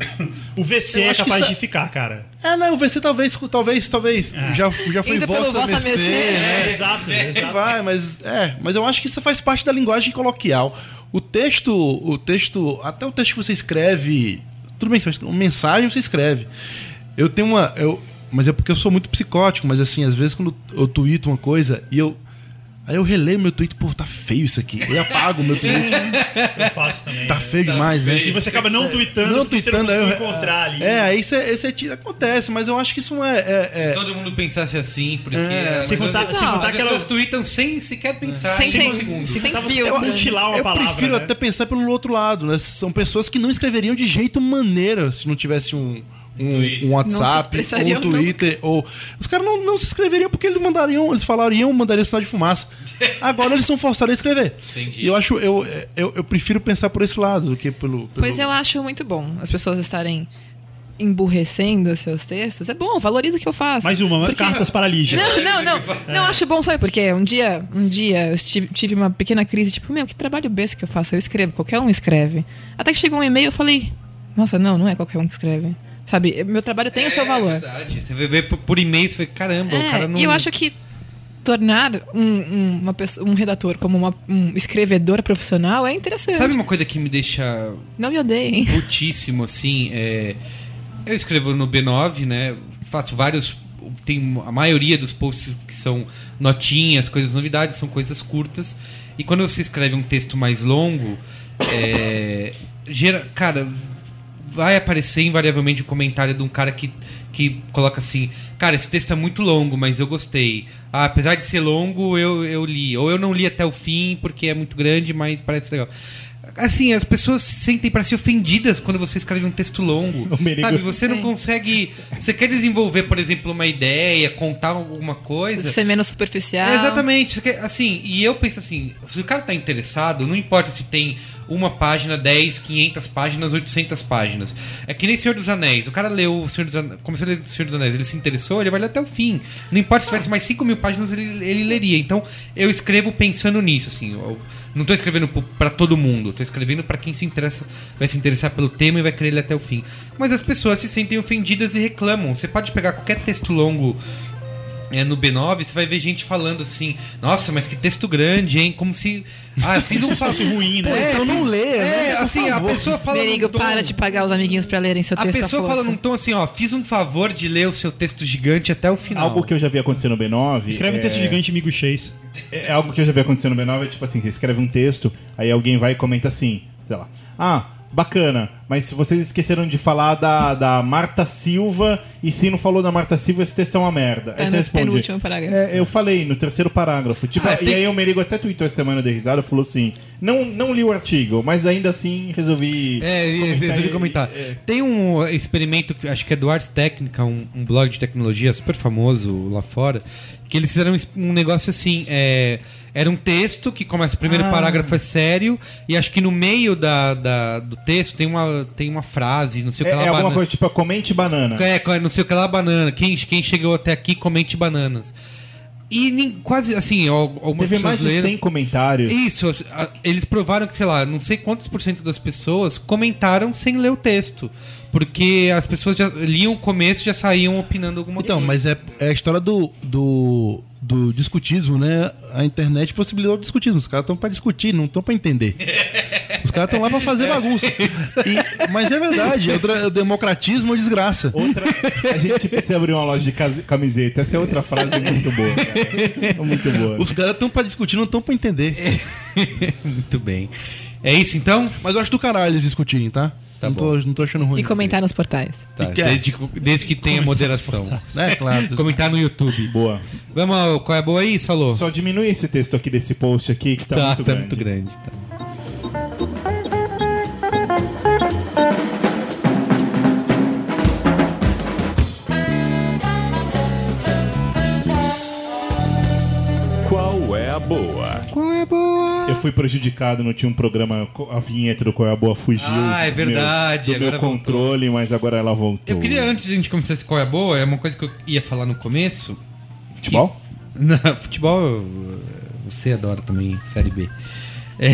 O V C Eu é acho que capaz isso é- de ficar, cara. É, não, o V C talvez, talvez, talvez. É. Já, já foi Indo pelo vossa vossa V C, mercê, né? É, exato, exato. Vai, mas é, mas eu acho que isso faz parte da linguagem coloquial. O texto, o texto, até o texto que você escreve, tudo bem, você uma mensagem você escreve. Eu tenho uma, eu, mas é porque eu sou muito psicótico, mas assim, às vezes quando eu tuito uma coisa e eu aí eu releio meu tweet, pô, tá feio isso aqui. Eu apago meu tweet. Eu faço também. Tá feio demais, né? E você acaba não tweetando, Não porque tweetando, você não aí conseguiu eu- encontrar ali. É, aí você, você tira, acontece, mas eu acho que isso não é, é, é- Todo mundo pensasse assim, porque... É, mas sem contar- as- sem as contar pessoas aquela- tweetam sem sequer pensar. Sem- em sem- um segundo. Sem sem contar você filtro. mutilar uma eu palavra. prefiro né? até pensar pelo outro lado, né? São pessoas que não escreveriam de jeito maneira se não tivesse um, um, um WhatsApp, Não se ou um expressariam Twitter, ou... Os caras não, não se escreveriam porque eles mandariam, eles falariam, mandariam sinal de fumaça. Agora eles são forçados a escrever. Entendi. E eu acho, eu, eu, eu prefiro pensar por esse lado do que pelo... pelo... Pois eu acho muito bom as pessoas estarem emburrecendo seus textos. É bom, valoriza o que eu faço. Mais uma, Porque- cartas para a Lígia. Não, não, não. Não, acho bom, sabe por quê? Um dia, um dia eu tive, tive uma pequena crise, tipo, meu, que trabalho besta que eu faço? Eu escrevo, qualquer um escreve. Até que chegou um e-mail, eu falei, nossa, não, não é qualquer um que escreve. Sabe, meu trabalho tem o seu valor. É verdade. Você vê por, por e-mail, você vê, caramba, o É, cara não... e eu acho que tornar um, um, uma pessoa, um redator como uma- um escrevedor profissional é interessante. Sabe uma coisa que me deixa Não me odeiem. putíssimo, assim, é... Eu escrevo no B nove, né? Faço vários... Tem a maioria dos posts que são notinhas, coisas novidades, são coisas curtas. E quando você escreve um texto mais longo, é... gera... Cara, vai aparecer invariavelmente um comentário de um cara que, que coloca assim: cara, esse texto é muito longo, mas eu gostei. Ah, apesar de ser longo, eu, eu li. Ou eu não li até o fim porque é muito grande, mas parece legal. Assim, as pessoas se sentem para ser ofendidas quando você escreve um texto longo. O Merigo- Sabe, você não Sim. consegue... Você quer desenvolver, por exemplo, uma ideia, contar alguma coisa... Ser menos superficial. É, exatamente. Você quer- assim, e eu penso assim, se o cara tá interessado, não importa se tem uma página, dez, quinhentas páginas, oitocentas páginas. É que nem Senhor dos Anéis. O cara leu o Senhor dos Anéis, começou a ler o Senhor dos Anéis, ele se interessou, ele vai ler até o fim. Não importa se tivesse mais cinco mil páginas, ele, ele leria. Então, eu escrevo pensando nisso, assim. Eu não tô escrevendo pra todo mundo, tô escrevendo pra quem se interessa, vai se interessar pelo tema e vai querer ler até o fim. Mas as pessoas se sentem ofendidas e reclamam. Você pode pegar qualquer texto longo é, no B nove, você vai ver gente falando assim, nossa, mas que texto grande, hein? Como se... Ah, eu fiz um fosse ruim, né? É, Então não fiz- lê, É, né? Por assim, a favor. pessoa fala num Merigo, tom- para de pagar os amiguinhos pra lerem seu A texto à pessoa força. fala num tom assim, ó, fiz um favor de ler o seu texto gigante até o final. Algo que eu já vi acontecer no B nove. Escreve um é... texto gigante, amigo Chase. É algo que eu já vi acontecer no B nove, é tipo assim, você escreve um texto, aí alguém vai e comenta assim, sei lá, ah, bacana, mas se vocês esqueceram de falar da, da Marta Silva, e se não falou da Marta Silva, esse texto é uma merda. Tá Aí você no responde, penúltimo parágrafo. é, eu falei, no terceiro parágrafo. Tipo, Ah, e tem- aí o Merigo até tweetou essa semana de risada, falou assim, não, não li o artigo, mas ainda assim resolvi... É, e- resolvi e- comentar. é. Tem um experimento, que acho que é do Ars Technica, um, um blog de tecnologia super famoso lá fora, que eles fizeram um negócio assim, é, era um texto que começa, o primeiro Ah. parágrafo é sério, e acho que no meio da, da- do texto tem uma, tem uma frase, não sei o É, que lá, é alguma banana. coisa tipo, comente banana. É, não sei o que lá, banana. Quem, quem chegou até aqui, comente bananas. E nem- quase, assim, al- algumas Teve mais pessoas de leram... cem comentários. Isso, assim, a- eles provaram que, sei lá, não sei quantos por cento das pessoas comentaram sem ler o texto. Porque as pessoas já liam o começo e já saíam opinando alguma Então, coisa. mas é, é a história do, do, do discutismo, né? A internet possibilitou o discutismo. Os caras estão pra discutir, não estão pra entender. Os caras estão lá pra fazer bagunça. E- mas é verdade, é o, dra- é o democratismo ou desgraça. Outra, a gente precisa abrir uma loja de cas- camiseta. Essa é outra frase muito boa, cara. Muito boa. Os caras estão pra discutir, não estão pra entender. Muito bem. É isso, então? Mas eu acho do caralho eles discutirem, tá? Tá não, tô, não tô achando ruim. E comentar nos portais. Tá, E quer? desde, que- desde que tenha moderação. É, claro. Comentar no YouTube. Boa. Vamos ao qual é a boa aí, Salô? Só diminui esse texto aqui desse post aqui, que tá, tá, muito tá grande. muito grande. Tá. Qual é a boa? Qual é a boa? Eu fui prejudicado, não tinha um programa, a vinheta do Qual é a Boa fugiu. Ah, é dos meus- verdade, do meu agora controle, mas agora ela voltou. Eu queria, antes de a gente começar esse qual é a boa, é uma coisa que eu ia falar no começo. Futebol? Não, futebol eu- você adora também, Série B. É,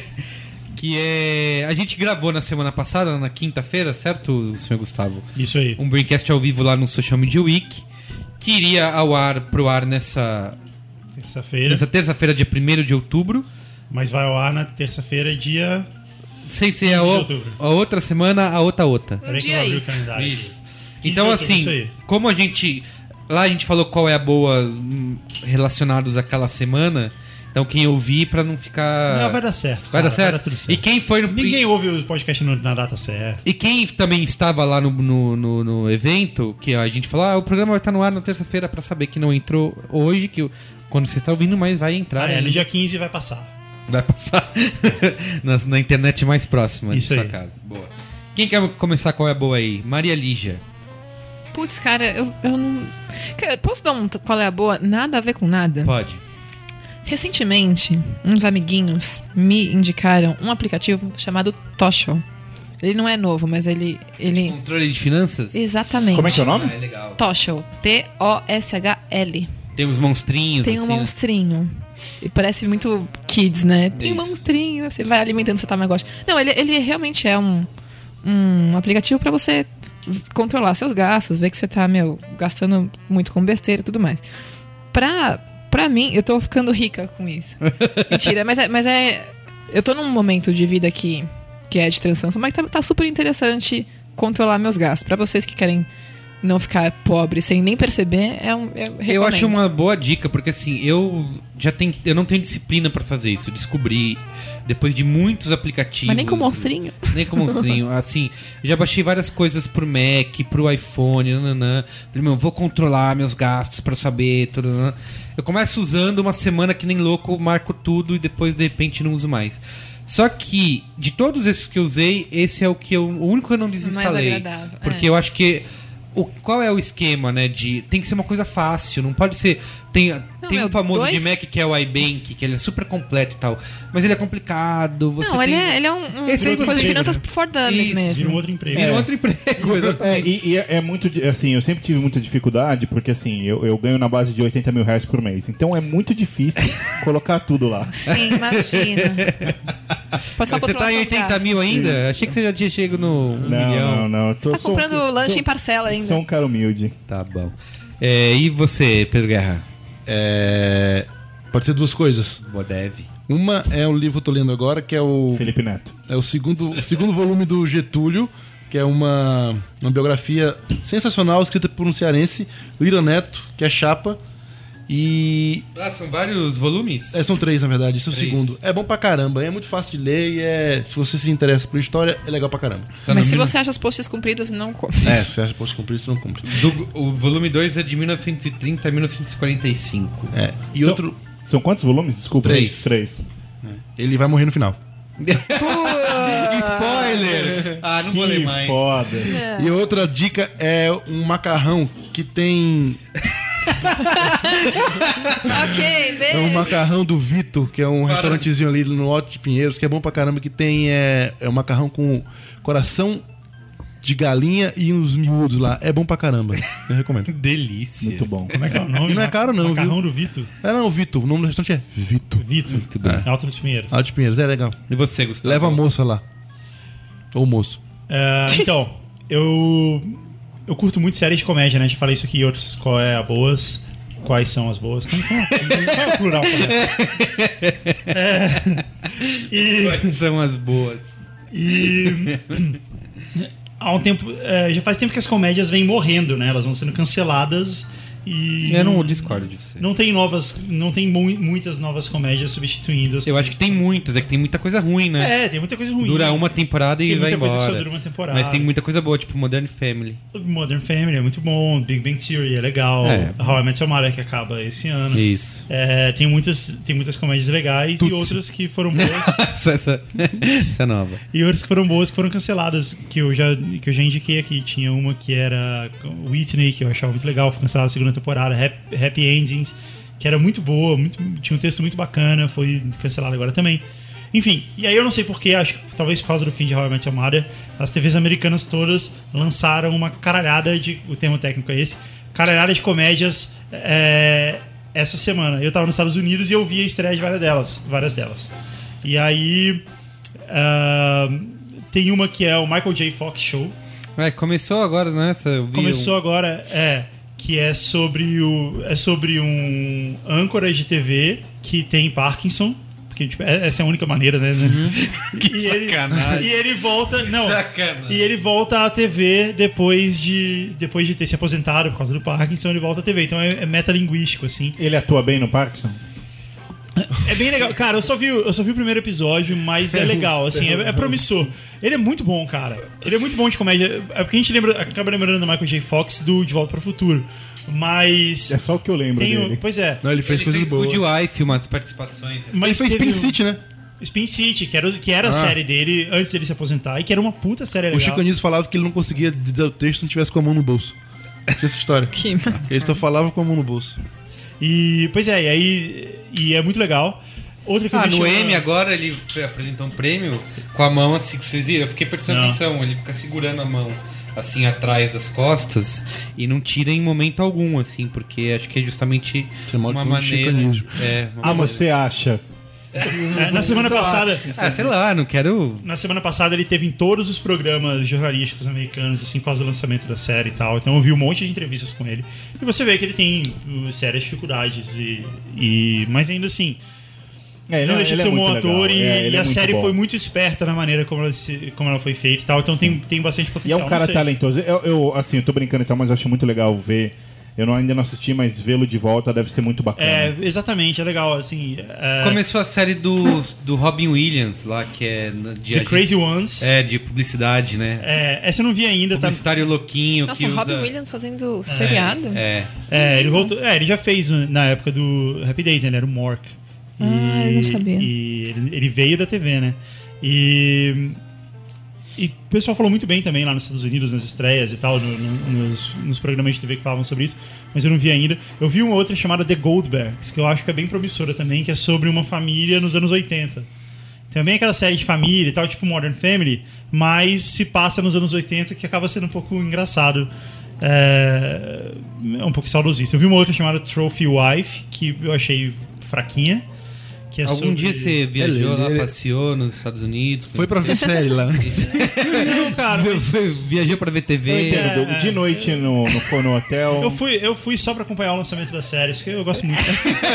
que é. A gente gravou na semana passada, na quinta-feira, certo, senhor Gustavo? Isso aí. Um Braincast ao vivo lá no Social Media Week, que iria ao ar, pro ar nessa, Terça-feira. nessa terça-feira, dia primeiro de outubro. Mas vai ao ar na terça-feira, dia. Sem ser a, quinze de o- outubro. a outra semana, a outra outra. Peraí que eu dia vou abrir aí. o calendário. Isso. quinze Então, de outubro, assim, isso aí. como a gente. Lá a gente falou qual é a boa hum, relacionados àquela semana. Então, quem ouvir pra não ficar. Não, vai dar certo. Vai cara, dar certo? tudo certo. E quem foi no. Ninguém ouve o podcast no- na data certa. E quem também estava lá no, no, no- no evento, que a gente falou, ah, o programa vai estar no ar na terça-feira pra saber que não entrou hoje, que o- quando você está ouvindo, mas vai entrar. Ah, é, ainda. no dia quinze vai passar. Vai passar na, na internet mais próxima Isso de sua aí. casa. Boa. Quem quer começar qual é a boa aí? Maria Lígia. Putz, cara, eu, eu não. Cara, posso dar um qual é a boa? Nada a ver com nada. Pode. Recentemente, uns amiguinhos me indicaram um aplicativo chamado Tosho. Ele não é novo, mas ele. ele... Controle de finanças? Exatamente. Como é que é o nome? Ah, é legal. Tosho. T O S H L. Tem uns monstrinhos Tem um assim, né? monstrinho. E parece muito kids, né? Tem um Isso. monstrinho, você vai alimentando seu Tamagotchi. Não, ele, ele realmente é um, um aplicativo pra você controlar seus gastos, ver que você tá, meu, gastando muito com besteira e tudo mais. Pra, pra mim, eu tô ficando rica com isso. Mentira, mas é, mas é. Eu tô num momento de vida que, que é de transição, mas tá, tá super interessante controlar meus gastos. Pra vocês que querem não ficar pobre sem nem perceber, é um. Eu, Eu recomendo. acho uma boa dica, porque assim, eu já tenho, eu não tenho disciplina pra fazer isso. Eu descobri depois de muitos aplicativos. Mas nem com monstrinho. Nem com monstrinho. Assim, eu já baixei várias coisas pro Mac, pro iPhone, nananã. Falei, meu, vou controlar meus gastos pra saber, tudo, nananã. Eu começo usando uma semana que nem louco, marco tudo e depois de repente não uso mais. Só que, de todos esses que eu usei, esse é o que eu, o único que eu não desinstalei. agradável, Porque é. eu acho que o, qual é o esquema, né? De, tem que ser uma coisa fácil, não pode ser... Tem, Não, tem meu, um famoso dois- de Mac que é o iBank, que ele é super completo e tal, mas ele é complicado, você Não, tem... ele é, ele é um, um Esse aí coisa você- de finanças for dummies Isso, mesmo. Vira um outro emprego. Vira É. outro emprego, É, exatamente. e, e é, é muito, di- assim, eu sempre tive muita dificuldade, porque assim, eu, eu ganho na base de oitenta mil reais por mês. Então é muito difícil colocar tudo lá. Sim, imagina. Pode só Você tá em oitenta mil ainda? Achei que você já tinha chego no um Não, milhão. não, não. Eu tô- Tá sou- comprando sou- lanche sou- em parcela ainda. Sou um cara humilde. Tá bom. É, e você, Pedro Guerra? É, pode ser duas coisas. Bodev. Uma é um livro que eu tô lendo agora, que é o, Felipe Neto. é o segundo, o segundo volume do Getúlio, que é uma, uma biografia sensacional, escrita por um cearense, Lira Neto, que é chapa. E. Ah, são vários volumes? É, são três, na verdade, esse é o Três. segundo. É bom pra caramba, é muito fácil de ler e é. Se você se interessa por história, é legal pra caramba. Mas se você acha os posts compridos, não compre. É, se você acha que pode cumprir, você não cumpre. Do- o volume dois é de mil novecentos e trinta a mil novecentos e quarenta e cinco. É. E outro. São quantos volumes? Desculpa. Três. Três. Ele vai morrer no final. Spoiler! Ah, não vou ler Que mais. foda. E outra dica é um macarrão que tem. Ok, É um beijo. macarrão do Vitor, que é um Para. restaurantezinho ali no Alto de Pinheiros, que é bom pra caramba, que tem é, é um macarrão com coração de galinha e uns miúdos lá. É bom pra caramba. Eu recomendo. Delícia. Muito bom. Como é que é o nome? E não é caro não, Macarrão viu? do Vito. É não, Vitor. O nome do restaurante é Vitor. Vito. Muito bem. Alto dos Pinheiros. Alto de Pinheiros, é legal. E você, Gustavo? Leva a moça lá. Ou moço. É, então, eu eu curto muito séries de comédia, né? Já falei isso aqui em outros. Qual é a boas? Quais são as boas? Como, como, qual é o plural? É, e, Quais são as boas? e há um tempo, é, já faz tempo que as comédias vêm morrendo, né? Elas vão sendo canceladas e Eu não discordo de você. não tem novas, não tem mu- muitas novas comédias substituindo as Eu acho que tem muitas, é que tem muita coisa ruim, né? É, tem muita coisa ruim. Dura uma temporada e Tem vai muita coisa que embora. só dura uma temporada. Mas tem muita coisa boa, tipo Modern Family. Modern Family é muito bom, Big Bang Theory é legal, É. How I Met Your Mother que acaba esse ano. Isso. É, tem, muitas, tem muitas comédias legais e outras que foram boas. essa, essa, essa é nova. E outras que foram boas que foram canceladas, que eu já, que eu já indiquei aqui. Tinha uma que era Whitney, que eu achava muito legal, foi cancelada a segunda temporada, Happy, Happy Endings, que era muito boa, muito, tinha um texto muito bacana, foi cancelada agora também. Enfim, e aí eu não sei porquê, acho que talvez por causa do fim de How I Met Your Mother, as T Vs americanas todas lançaram uma caralhada de, o termo técnico é esse, caralhada de comédias é, essa semana. Eu tava nos Estados Unidos e eu vi a estreia de várias delas, várias delas. E aí ah, tem uma que é o Michael J. Fox Show. É, começou agora, né? Essa, eu vi Começou um- agora, é, que é sobre o é sobre um âncora de T V que tem Parkinson, porque tipo, é- essa é a única maneira, né? e ele, sacanagem. e ele volta, não. Sacanagem. E ele volta à T V depois de depois de ter se aposentado por causa do Parkinson, ele volta à T V. Então é, é metalinguístico assim. Ele atua bem no Parkinson? É bem legal. Cara, eu só vi, eu só vi o primeiro episódio, mas é legal, assim, é, é promissor. Ele é muito bom, cara. Ele é muito bom de comédia. É porque a gente lembra, acaba lembrando do Michael J. Fox do De Volta para o Futuro. Mas. É só o que eu lembro tem o- dele. pois é. Não, ele fez Ele coisas fez boas. Good Wife, umas participações. assim. Mas Ele fez teve Spin um- City, né? Spin City, que era, que era a série dele antes dele se aposentar e que era uma puta série legal. O Chico Anísio falava que ele não conseguia dizer o texto se não tivesse com a mão no bolso. Tinha essa história. Que ma- Ele só falava com a mão no bolso. E, pois é, e aí. E é muito legal. Outra que eu Ah, vi no chama- M agora ele apresentou um prêmio com a mão assim, que vocês viram? Eu fiquei prestando Não. atenção, ele fica segurando a mão assim atrás das costas e não tira em momento algum, assim, porque acho que é justamente Isso é uma maldição de maneira. chicanismo. É, uma Ah, você acha? É, na semana passada. Ah, sei lá, não quero. Na semana passada ele teve em todos os programas jornalísticos americanos, assim, por causa do lançamento da série e tal. Então eu vi um monte de entrevistas com ele. E você vê que ele tem uh, sérias dificuldades. E, e... Mas ainda assim, É, não deixa de ele ser é um muito bom ator legal. e, É, ele e é a muito série bom. foi muito esperta na maneira como ela, se, como ela foi feita e tal. Então tem, tem bastante E é potencial. um cara não sei. talentoso. Eu, eu, assim, eu tô brincando e tal, mas eu acho muito legal ver. Eu não, ainda não assisti, mas vê-lo de volta deve ser muito bacana. É, exatamente, é legal. Assim, é, Começou a série do, do Robin Williams lá, que é na- de The agência- Crazy Ones. É, de publicidade, né? É, essa eu não vi ainda. Tá, Publicitário louquinho Nossa, que o usa... Robin Williams fazendo seriado? É. é, ele voltou, é, ele já fez uh, na época do Happy Days, né? Ele era o Mork. Ah, eu não sabia. E ele, ele veio da T V, né? E e o pessoal falou muito bem também lá nos Estados Unidos, nas estreias e tal, no, no, nos, nos programas de T V que falavam sobre isso, mas eu não vi ainda. Eu vi uma outra chamada The Goldbergs, que eu acho que é bem promissora também, que é sobre uma família nos anos oitenta. Também aquela série de família e tal, tipo Modern Family, mas se passa nos anos oitenta, que acaba sendo um pouco engraçado. É, é um pouco saudosista. Eu vi uma outra chamada Trophy Wife, que eu achei fraquinha. Que é Algum sobre... dia você viajou Ele- lá, ele- passeou nos Estados Unidos? Foi pra ver série lá. Não, cara, mas... Você viajou pra ver T V? Eu entendo, É, Doug. De noite no, no, no hotel. Eu fui, eu fui só pra acompanhar o lançamento da série, porque eu gosto muito.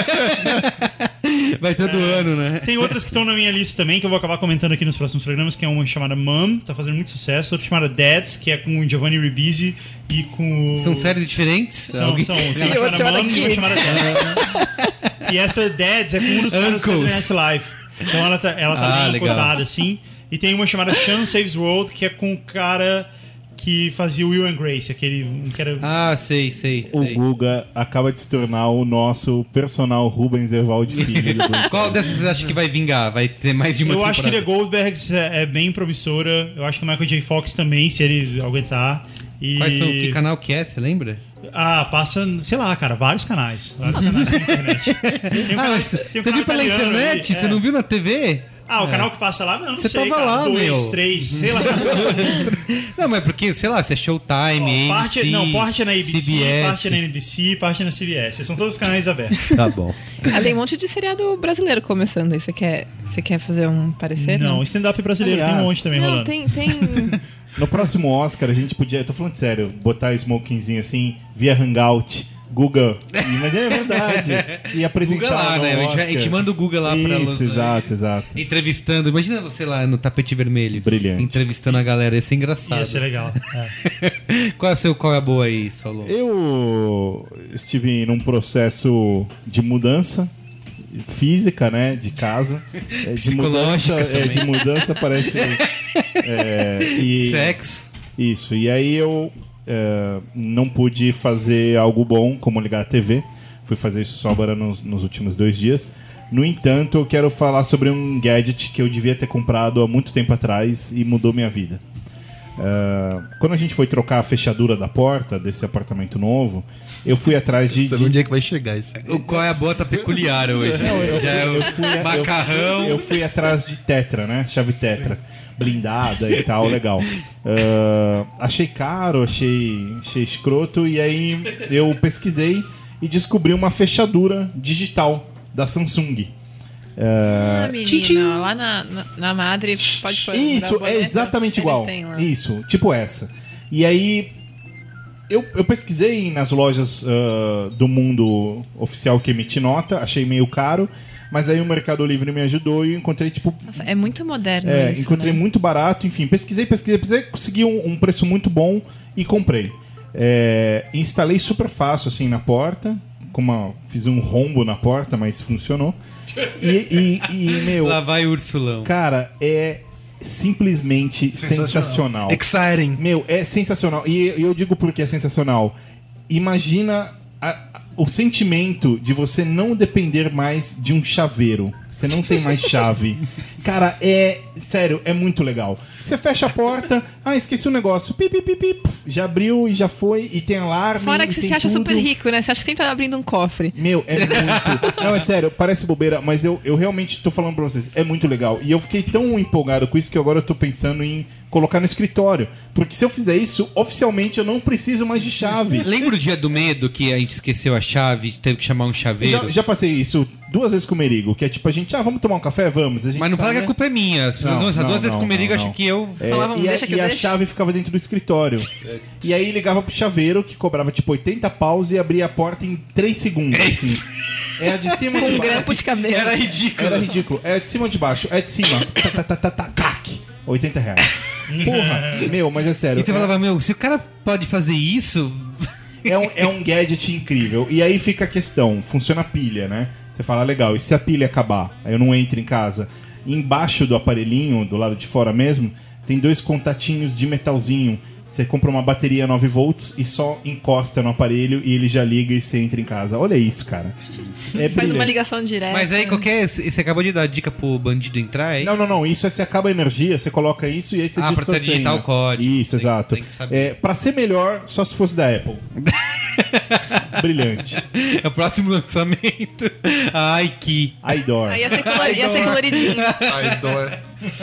Vai todo ano, né? Tem outras que estão na minha lista também, que eu vou acabar comentando aqui nos próximos programas, que é uma chamada Mom, tá fazendo muito sucesso. Outra chamada Dads, que é com o Giovanni Ribisi e com o... São séries diferentes? São, Alguém- são. Tem E uma outra chamada chamada Mom e uma Kids. chamada Dads. E essa Dads é com um dos caras do Uncles. Saturday Night Live. Então ela tá, ela tá Ah, bem legal. cotada, assim. E tem uma chamada Sean Saves World, que é com o cara que fazia o Will and Grace, aquele um que era... Ah, sei, sei, O sei. Guga acaba de se tornar o nosso personal Rubens Evaldo Filho. do Blue. Qual dessas você acha que vai vingar? Vai ter mais de uma Eu acho que The temporada? Goldbergs é, é bem promissora. Eu acho que o Michael J. Fox também, se ele aguentar. E... Quais são? Que canal que é? Você lembra? Ah, passa, sei lá, cara, vários canais. Vários canais na internet. Tem um Ah, canal- mas tem um você canal viu pela italiano internet? ali, Você é. não viu na T V? Ah, o canal que passa lá? Não, não Você sei, tava cara. lá, Dois, meu. três, sei lá. Não, mas porque, sei lá, você é Showtime, Ó, parte, A B C, não, parte é na A B C, C B S. parte é na N B C, parte é na C B S. São todos os canais abertos. Tá bom. Ah, tem um monte de seriado brasileiro começando aí. Você quer, você quer fazer um parecer? Não, stand-up brasileiro tem um monte também Não, rolando. tem, tem... No próximo Oscar, a gente podia, eu tô falando sério, botar smokingzinho assim, via Hangout, Google. Mas é verdade. E apresentar. Google lá, no né? A gente, Oscar. a gente manda o Google lá pra Isso, Los exato, exato. Entrevistando. Imagina você lá no tapete vermelho. Brilhante. Entrevistando a galera. Ia ser engraçado. Ia ser legal. É. Qual é o seu qual é a boa aí, Saulo? Eu estive num processo de mudança física, né, de casa. É, de mudança, Psicológica é, também. de mudança parece. é, e, Sexo. Isso. E aí eu é, não pude fazer algo bom, como ligar a T V. Fui fazer isso só agora nos, nos últimos dois dias. No entanto, eu quero falar sobre um gadget que eu devia ter comprado há muito tempo atrás e mudou minha vida. Uh, quando a gente foi trocar a fechadura da porta desse apartamento novo, eu fui atrás de. Sabe de... onde é que vai chegar isso? O qual é a boa tá peculiar hoje. Não, eu, Já é o eu fui, eu- macarrão. Eu, eu fui atrás de tetra, né? Chave tetra. Blindada e tal, legal. Uh, achei caro, achei, achei escroto. E aí eu pesquisei e descobri uma fechadura digital da Samsung. Ah, Uh, menina, lá na, na, na Madre pode pôr Isso, na é boneta, exatamente eles igual. têm lá. Isso, tipo essa. E aí, eu, eu pesquisei nas lojas ah, do mundo oficial que emite nota, achei meio caro, mas aí o Mercado Livre me ajudou e eu encontrei, tipo, Nossa, é muito moderno é, isso, encontrei né? muito barato, enfim, pesquisei, pesquisei, pesquisei, consegui um, um preço muito bom e comprei. É, instalei super fácil, assim, na porta, com uma, fiz um rombo na porta, mas funcionou. E, e, e, meu, Lá vai o Ursulão. cara, é simplesmente sensacional. Exciting. Meu, é sensacional. E eu digo porque é sensacional. Imagina a- a- o sentimento de você não depender mais de um chaveiro. Você não tem mais chave. Cara, é... Sério, é muito legal. Você fecha a porta... Ah, esqueci um negócio. Pi, pi, pi, pi, puf, já abriu e já foi. E tem alarme. Fora e que você tem se acha tudo. super rico, né? Você acha que sempre tá abrindo um cofre. Meu, é muito. Não, é sério, parece bobeira, mas eu, eu realmente tô falando pra vocês, é muito legal. E eu fiquei tão empolgado com isso que agora eu tô pensando em colocar no escritório. Porque se eu fizer isso, oficialmente eu não preciso mais de chave. Lembra o dia do medo que a gente esqueceu a chave, teve que chamar um chaveiro? Já, já passei isso duas vezes com o Merigo, que é tipo a gente, ah, vamos tomar um café? Vamos. A gente Mas não fala sai, que a né? culpa é minha. As pessoas Não, vão achar não, duas vezes não, com o Merigo, não, acham não. que eu... É, Falavam, e a, deixa que e eu a deixo. chave ficava dentro do escritório. E aí ligava pro chaveiro, que cobrava tipo oitenta paus e abria a porta em três segundos. assim. É a de cima ou Com de um baixo? grampo de cabelo. Era ridículo. Era ridículo. É de cima ou de baixo? É de cima. Tá, tá, tá, tá, tá, cac. oitenta reais. Porra. Meu, mas é sério. E você é, falava, meu, se o cara pode fazer isso... é, um, é um gadget incrível. E aí fica a questão. Funciona a pilha, né? Você fala, legal, e se a pilha acabar? Aí eu não entro em casa. Embaixo do aparelhinho, do lado de fora mesmo, tem dois contatinhos de metalzinho. Você compra uma bateria nove volts e só encosta no aparelho e ele já liga e você entra em casa. Olha isso, cara. É Faz uma brilhante. ligação direta. Mas aí qualquer. Você acabou de dar dica pro bandido entrar, é Não, isso? não, não. Isso é se acaba a energia, você coloca isso e aí você Ah, digita pra você sua digitar senha. o código. Isso, Tem- exato. tem que saber. É, pra ser melhor, só se fosse da Apple. Brilhante. É o próximo lançamento. Ai, que. iDoor. Aí ia ser, color... ia ser coloridinho. Ai, dói.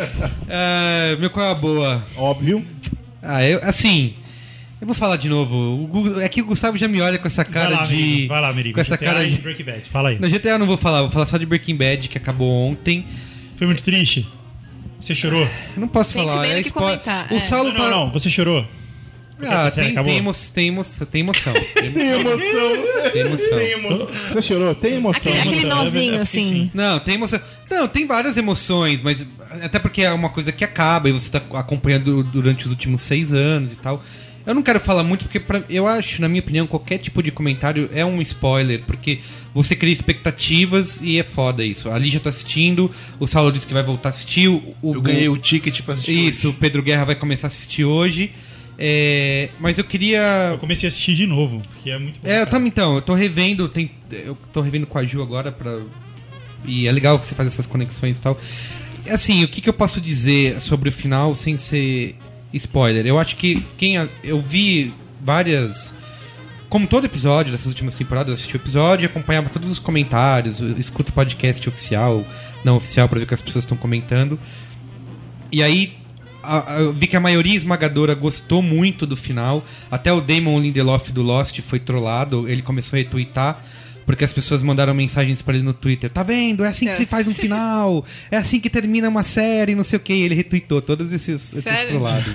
Ah, meu, qual é a boa? Óbvio. Ah, eu, assim. Eu vou falar de novo. O Gu- é que o Gustavo já me olha com essa cara vai lá, de. Merigo, vai lá, Merigo. Com essa G T A cara e de. Breaking Bad. Fala aí. No G T A eu não vou falar, vou falar só de Breaking Bad, que acabou ontem. Foi muito triste? Você chorou? Eu não posso Pense falar. bem no é que spoiler. comentar, O é. Saulo Não, tá. não, não. Você chorou? Porque Ah, essa série tem, acabou? tem, emo... tem, emo... tem emoção. Tem Tem emoção. emoção. Tem emoção. Tem emoção. Você chorou? Tem emoção. Aquele, aquele emoção, é nozinho, verdade, assim. sim. Não, tem emoção. Não, tem várias emoções, mas até porque é uma coisa que acaba e você tá acompanhando durante os últimos seis anos e tal. Eu não quero falar muito porque pra, eu acho, na minha opinião, qualquer tipo de comentário é um spoiler, porque você cria expectativas e é foda isso. A Lígia tá assistindo, o Saulo disse que vai voltar a assistir. O, o- Eu ganhei o ticket pra assistir. Isso, o Pedro Guerra vai começar a assistir hoje. É, mas eu queria. Eu comecei a assistir de novo, que é muito bom. É, eu cara. também então, eu tô revendo, tem, eu tô revendo com a Ju agora pra. E é legal que você faz essas conexões e tal. Assim, o que, que eu posso dizer sobre o final sem ser spoiler? Eu acho que quem. a- Eu vi várias. Como todo episódio dessas últimas temporadas, eu assisti o episódio, acompanhava todos os comentários, eu escuto o podcast oficial, não oficial, pra ver o que as pessoas estão comentando. E aí, a- a- eu vi que a maioria esmagadora gostou muito do final. Até o Damon Lindelof do Lost foi trollado. Ele começou a retweetar porque as pessoas mandaram mensagens pra ele no Twitter. Tá vendo? É assim que É. se faz um final. É assim que termina uma série, não sei o que. E ele retweetou todos esses, esses Sério? trollados.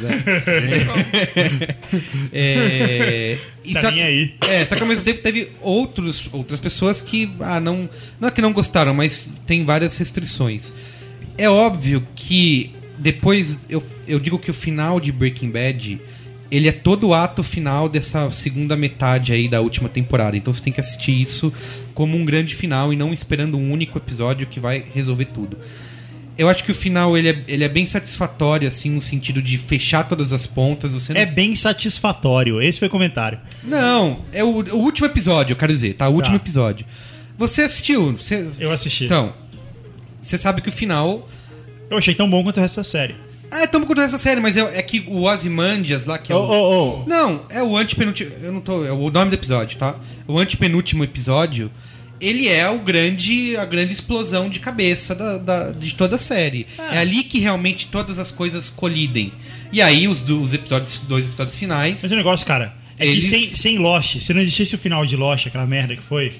É. É, e Tá só nem que- aí. é, só que ao mesmo tempo teve outros, outras pessoas que ah, não, não é que não gostaram, mas tem várias restrições. É óbvio que depois eu, eu digo que o final de Breaking Bad ele é todo o ato final dessa segunda metade aí da última temporada. Então você tem que assistir isso como um grande final e não esperando um único episódio que vai resolver tudo. Eu acho que o final ele é, ele é bem satisfatório, assim, no sentido de fechar todas as pontas. Você não... É bem satisfatório. Esse foi o comentário. Não, é o, o último episódio, eu quero dizer, tá? O último Tá. episódio. Você assistiu? Você... Eu assisti. Então, você sabe que o final... Eu achei tão bom quanto o resto da série. Ah, estamos contando essa série, mas é, é que o Ozymandias lá, que é Ô, o... ô, ô. Não, é o antepenúltimo... Eu não tô... É o nome do episódio, tá? O antepenúltimo episódio, ele é o grande, a grande explosão de cabeça da, da- de toda a série. É ali que realmente todas as coisas colidem. E aí, os, do- os episódios, dois episódios finais... Mas o negócio, cara, é Eles- que sem, sem Lost, se não existisse o final de Lost, aquela merda que foi,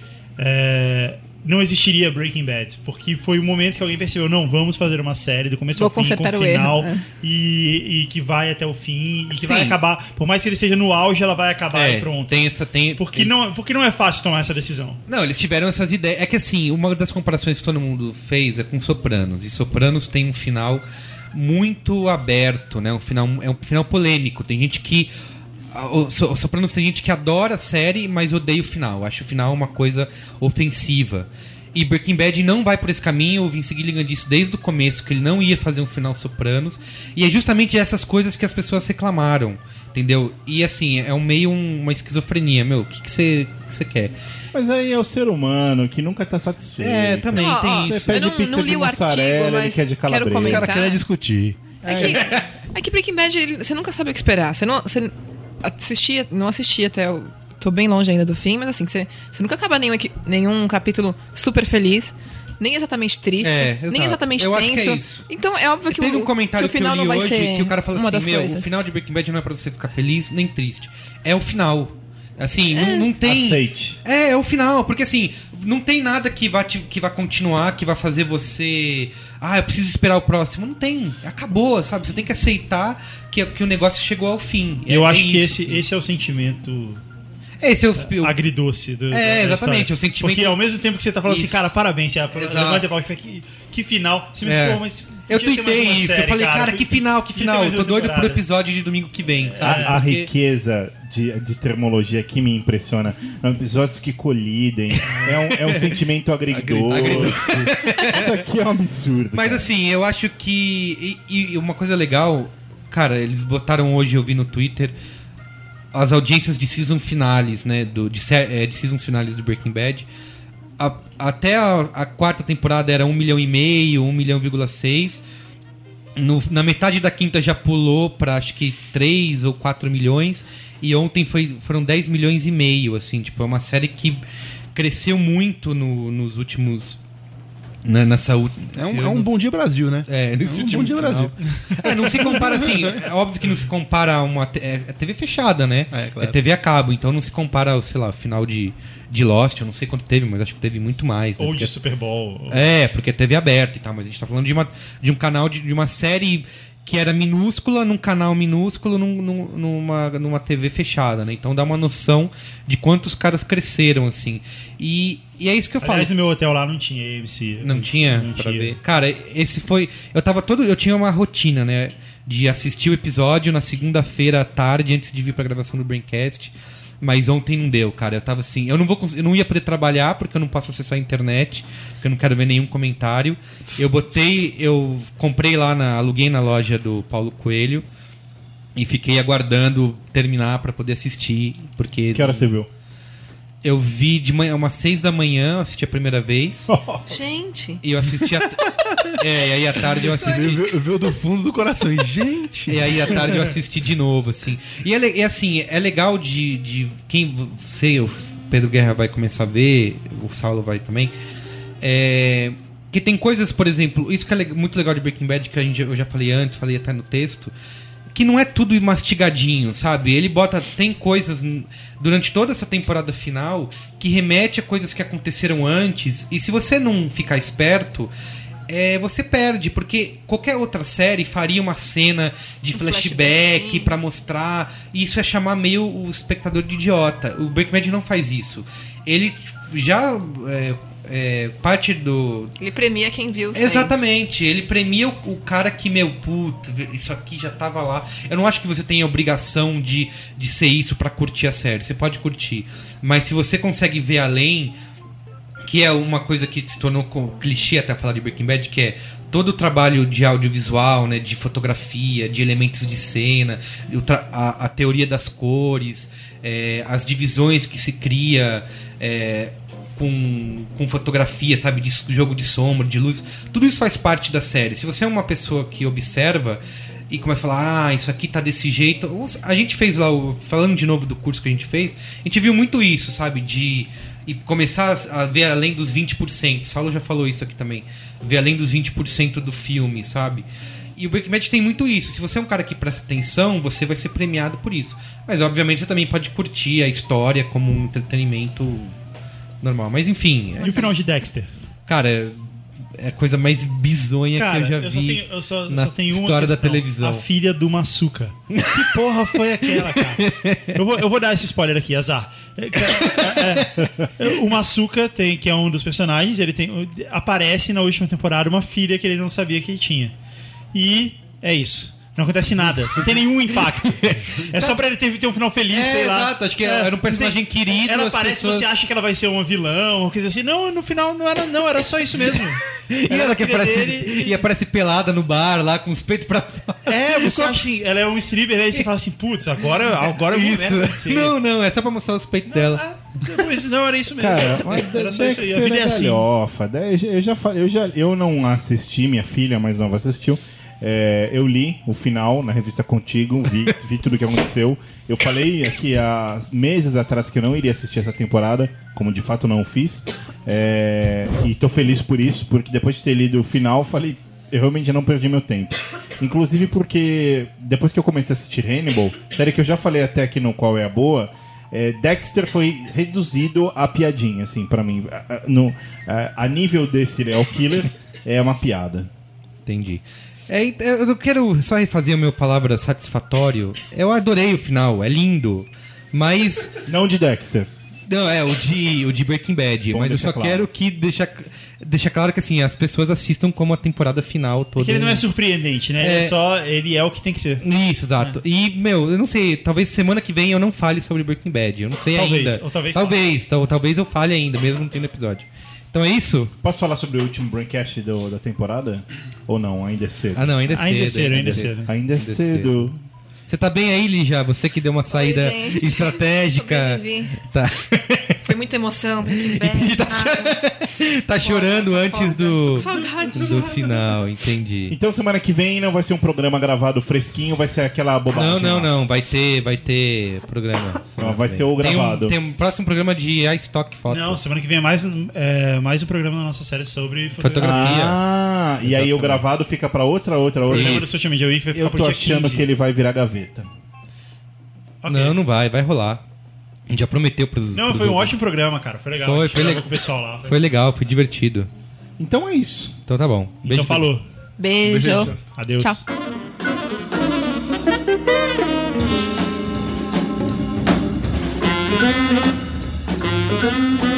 é, não existiria Breaking Bad. Porque foi o momento que alguém percebeu, não, vamos fazer uma série do começo Vou ao fim, com consertar o final, erro, é. e, e que vai até o fim, e que Sim. vai acabar. Por mais que ele esteja no auge, ela vai acabar É, e pronto. tem essa... Tem, Porque tem- não, porque não é fácil tomar essa decisão. Não, eles tiveram essas ideias. É que assim, uma das comparações que todo mundo fez é com Sopranos. E Sopranos tem um final muito aberto, né? Um final, é um final polêmico. Tem gente que. O So- o Sopranos tem gente que adora a série, mas odeia o final. Acha o final uma coisa ofensiva. E Breaking Bad não vai por esse caminho. O Vince Gilligan disse desde o começo que ele não ia fazer um final Sopranos. E é justamente essas coisas que as pessoas reclamaram. Entendeu? E assim, é um meio um- uma esquizofrenia. Meu, o que que você que você quer? Mas aí é o ser humano que nunca tá satisfeito. É, também Ó, tem ó, isso. Você pede eu não, pizza não de li o artigo, mussarela, ele mas quer de quero calabresa. Os comentar. caras querem discutir. É que, é que Breaking Bad, ele- você nunca sabe o que esperar. Você não você assistia, não assistia até o... Tô bem longe ainda do fim, mas assim, você, você nunca acaba nenhum, equi- nenhum capítulo super feliz, nem exatamente triste, É, nem exato. exatamente Eu acho tenso. que é isso. Então é óbvio que Teve o, um comentário que que, o final eu li não vai hoje ser que o cara falou uma assim: das Meu, coisas. o final de Breaking Bad não é pra você ficar feliz nem triste. É o final. Assim, não, não tem. Aceite. É, é o final, porque assim, não tem nada que vá, te, que vá continuar, que vá fazer você. Ah, eu preciso esperar o próximo. Não tem. Acabou, sabe? Você tem que aceitar que, que o negócio chegou ao fim. É- Eu é acho que isso, esse, assim. esse é o sentimento Esse é o. o- agridoce do, da- da exatamente, história. o sentimento- Porque ao mesmo tempo que você tá falando Isso. assim, cara, parabéns, você Exato. levanta a bola e fala, que, que final. Você me É. pô, mas Eu podia ter mais tuitei uma isso, série, eu falei, cara, Foi- que final, que podia ter final. mais Eu tô uma doido pro temporada. episódio de domingo que vem, sabe? A, a Porque- riqueza de, de termologia que me impressiona. São episódios que colidem. É um, é um sentimento agridoce. Agridoce. Isso aqui é um absurdo. Mas cara. assim, eu acho que. E, e uma coisa legal cara, eles botaram hoje, eu vi no Twitter, as audiências de season finales, né? Do, de, é, de seasons finales do Breaking Bad. A, até a, a quarta temporada era um milhão e meio, um milhão vírgula seis. No, na metade da quinta já pulou pra acho que três ou quatro milhões. E ontem foi, foram dez milhões e meio, assim. Tipo, é uma série que cresceu muito no, nos últimos... Na, nessa última... É um, é um Bom Dia Brasil, né? É, nesse é um último Bom Dia final. Brasil. É, não se compara assim. É óbvio que não se compara a uma. É, é T V fechada, né? É, claro. É T V a cabo, então não se compara ao, sei lá, final de, de Lost. Eu não sei quanto teve, mas acho que teve muito mais. Né? Ou Porque, de Super Bowl. É, porque é T V aberta e tal, mas a gente tá falando de, uma, de um canal, de, de uma série que era minúscula, num canal minúsculo, num, num, numa, numa T V fechada, né? Então dá uma noção de quantos caras cresceram, assim. E, e é isso que eu falo. Aliás, no meu hotel lá não tinha A M C. Não tinha não pra tinha. ver. Cara, esse foi... Eu tava todo... Eu tinha uma rotina, né? De assistir o episódio na segunda-feira à tarde, antes de vir pra gravação do Braincast. Mas ontem não deu, cara. Eu tava assim... Eu não, vou cons... eu não ia poder trabalhar, porque eu não posso acessar a internet. Porque eu não quero ver nenhum comentário. Eu botei... Eu comprei lá, na... aluguei na loja do Paulo Coelho. E fiquei aguardando terminar pra poder assistir. Porque... Que hora você viu? Eu vi de manhã, umas seis da manhã, eu assisti a primeira vez. Gente. E eu assisti a... É, e aí à tarde eu assisti... Viu, viu do fundo do coração. E, gente... E aí à tarde eu assisti de novo, assim. E é, le- é assim, é legal de... de quem você, o Pedro Guerra vai começar a ver, o Saulo vai também. É, que tem coisas, por exemplo... Isso que é le- muito legal de Breaking Bad, que a gente, eu já falei antes, falei até no texto... Que não é tudo mastigadinho, sabe? Ele bota... Tem coisas durante toda essa temporada final que remete a coisas que aconteceram antes. E se você não ficar esperto, é, você perde. Porque qualquer outra série faria uma cena de Um flashback flashback. pra mostrar. E isso é chamar meio o espectador de idiota. O Breaking Bad não faz isso. Ele já... É, é, parte do... Ele premia quem viu sempre. Exatamente, ele premia o, o cara que, meu, puta, isso aqui já tava lá. Eu não acho que você tenha obrigação de, de ser isso pra curtir a série. Você pode curtir, mas se você consegue ver além, que é uma coisa que se tornou clichê até falar de Breaking Bad, que é todo o trabalho de audiovisual, né, de fotografia, de elementos de cena, o tra- a, a teoria das cores, é, as divisões que se cria... É, Com, com fotografia, sabe, de jogo de sombra, de luz, tudo isso faz parte da série. Se você é uma pessoa que observa e começa a falar, ah, isso aqui tá desse jeito, a gente fez lá, o, falando de novo do curso que a gente fez, a gente viu muito isso, sabe, de e começar a ver além dos vinte por cento. O Saulo já falou isso aqui também, ver além dos vinte por cento do filme, sabe. E o Breaking Bad tem muito isso. Se você é um cara que presta atenção, você vai ser premiado por isso. Mas obviamente você também pode curtir a história como um entretenimento normal, mas enfim. E o final de Dexter? Cara, é a coisa mais bizonha Cara, que eu já eu só vi tenho, eu só, na só tenho uma história da questão. televisão. A filha do Masuka. Que porra foi aquela, cara? Eu vou, eu vou dar esse spoiler aqui, azar. É, é, é, o Masuka, tem, que é um dos personagens, ele tem, aparece na última temporada uma filha que ele não sabia que ele tinha. E é isso. Não acontece nada. Não tem nenhum impacto. É só pra ele ter, ter um final feliz, É, sei lá. exato. Acho que era um personagem querido. Ela as parece pessoas... que você acha que ela vai ser uma vilão, ou coisa assim. Não, no final não era, não, era só isso mesmo. E Era ela a que filha aparece, dele e aparece pelada no bar lá, com os peitos pra fora. É, você acha assim, ela é um stripper, aí você fala assim, putz, agora, agora eu vou ver. Isso. Não, não, é só pra mostrar os peitos dela. Ah, depois, não, era isso mesmo. Cara, mas era só isso aí. A vida é assim. galhofa. Eu já, fa- eu já eu não assisti, minha filha mais nova assistiu. É, eu li o final na revista Contigo, vi, vi tudo o que aconteceu. Eu falei aqui há meses atrás que eu não iria assistir essa temporada, como de fato não fiz. É, e tô feliz por isso, porque depois de ter lido o final, falei, eu realmente não perdi meu tempo. Inclusive porque depois que eu comecei a assistir Hannibal, série que eu já falei até aqui no Qual é a Boa, é, Dexter foi reduzido a piadinha, assim, pra mim. A, a, no, a, a nível desse serial killer, é uma piada. Entendi. É, eu quero só refazer a minha palavra satisfatório. Eu adorei o final, é lindo. Mas. Não de Dexter. Não, é, o de, o de Breaking Bad. Bom, mas eu deixa só claro. quero que deixa, deixa claro que assim, as pessoas assistam como a temporada final toda. Porque ele não é surpreendente, né? É. Ele, é só, ele é o que tem que ser. Isso, exato. E, meu, eu não sei, talvez semana que vem eu não fale sobre Breaking Bad. Eu não sei Talvez, ainda. ou talvez talvez, tal- talvez eu fale ainda, mesmo não tendo episódio. Então é isso? Posso falar sobre o último Braincast do, da temporada? Ou não? Ainda é cedo. Ah, não, ainda é cedo. Ainda é cedo, ainda é cedo. Ainda é cedo. Você tá bem aí, Lígia? Você que deu uma saída gente. estratégica. Sobrevivi. Tá. Foi muita emoção. Breaking Entendi, Bad, tá, nada. cho- tá chorando Foda, antes foda. do, Tô com saudade do já. final, entendi. Então semana que vem não vai ser um programa gravado fresquinho, vai ser aquela bobagem. Não, não, lá. não, vai ter, vai ter programa. semana vai que ser vem. o gravado. Tem um, tem um próximo programa de iStock Foto. Não, semana que vem é mais, é, mais um programa da nossa série sobre Fotografia. fotografia. Ah, e aí o gravado fica pra outra, outra, O outra. programa Isso. do Social Media Week vai ficar Eu pro tô dia achando quinze. que ele vai virar gaveta. Ok. Não, não vai, vai rolar. A gente já prometeu pros Não, pros foi um ouvintes. ótimo programa, cara. Foi legal. Foi, A gente foi gravou legal. com o pessoal lá. Foi- Foi legal, foi divertido. Então é isso. Então tá bom. Então falou. Beijo. Adeus. Tchau. Thank you.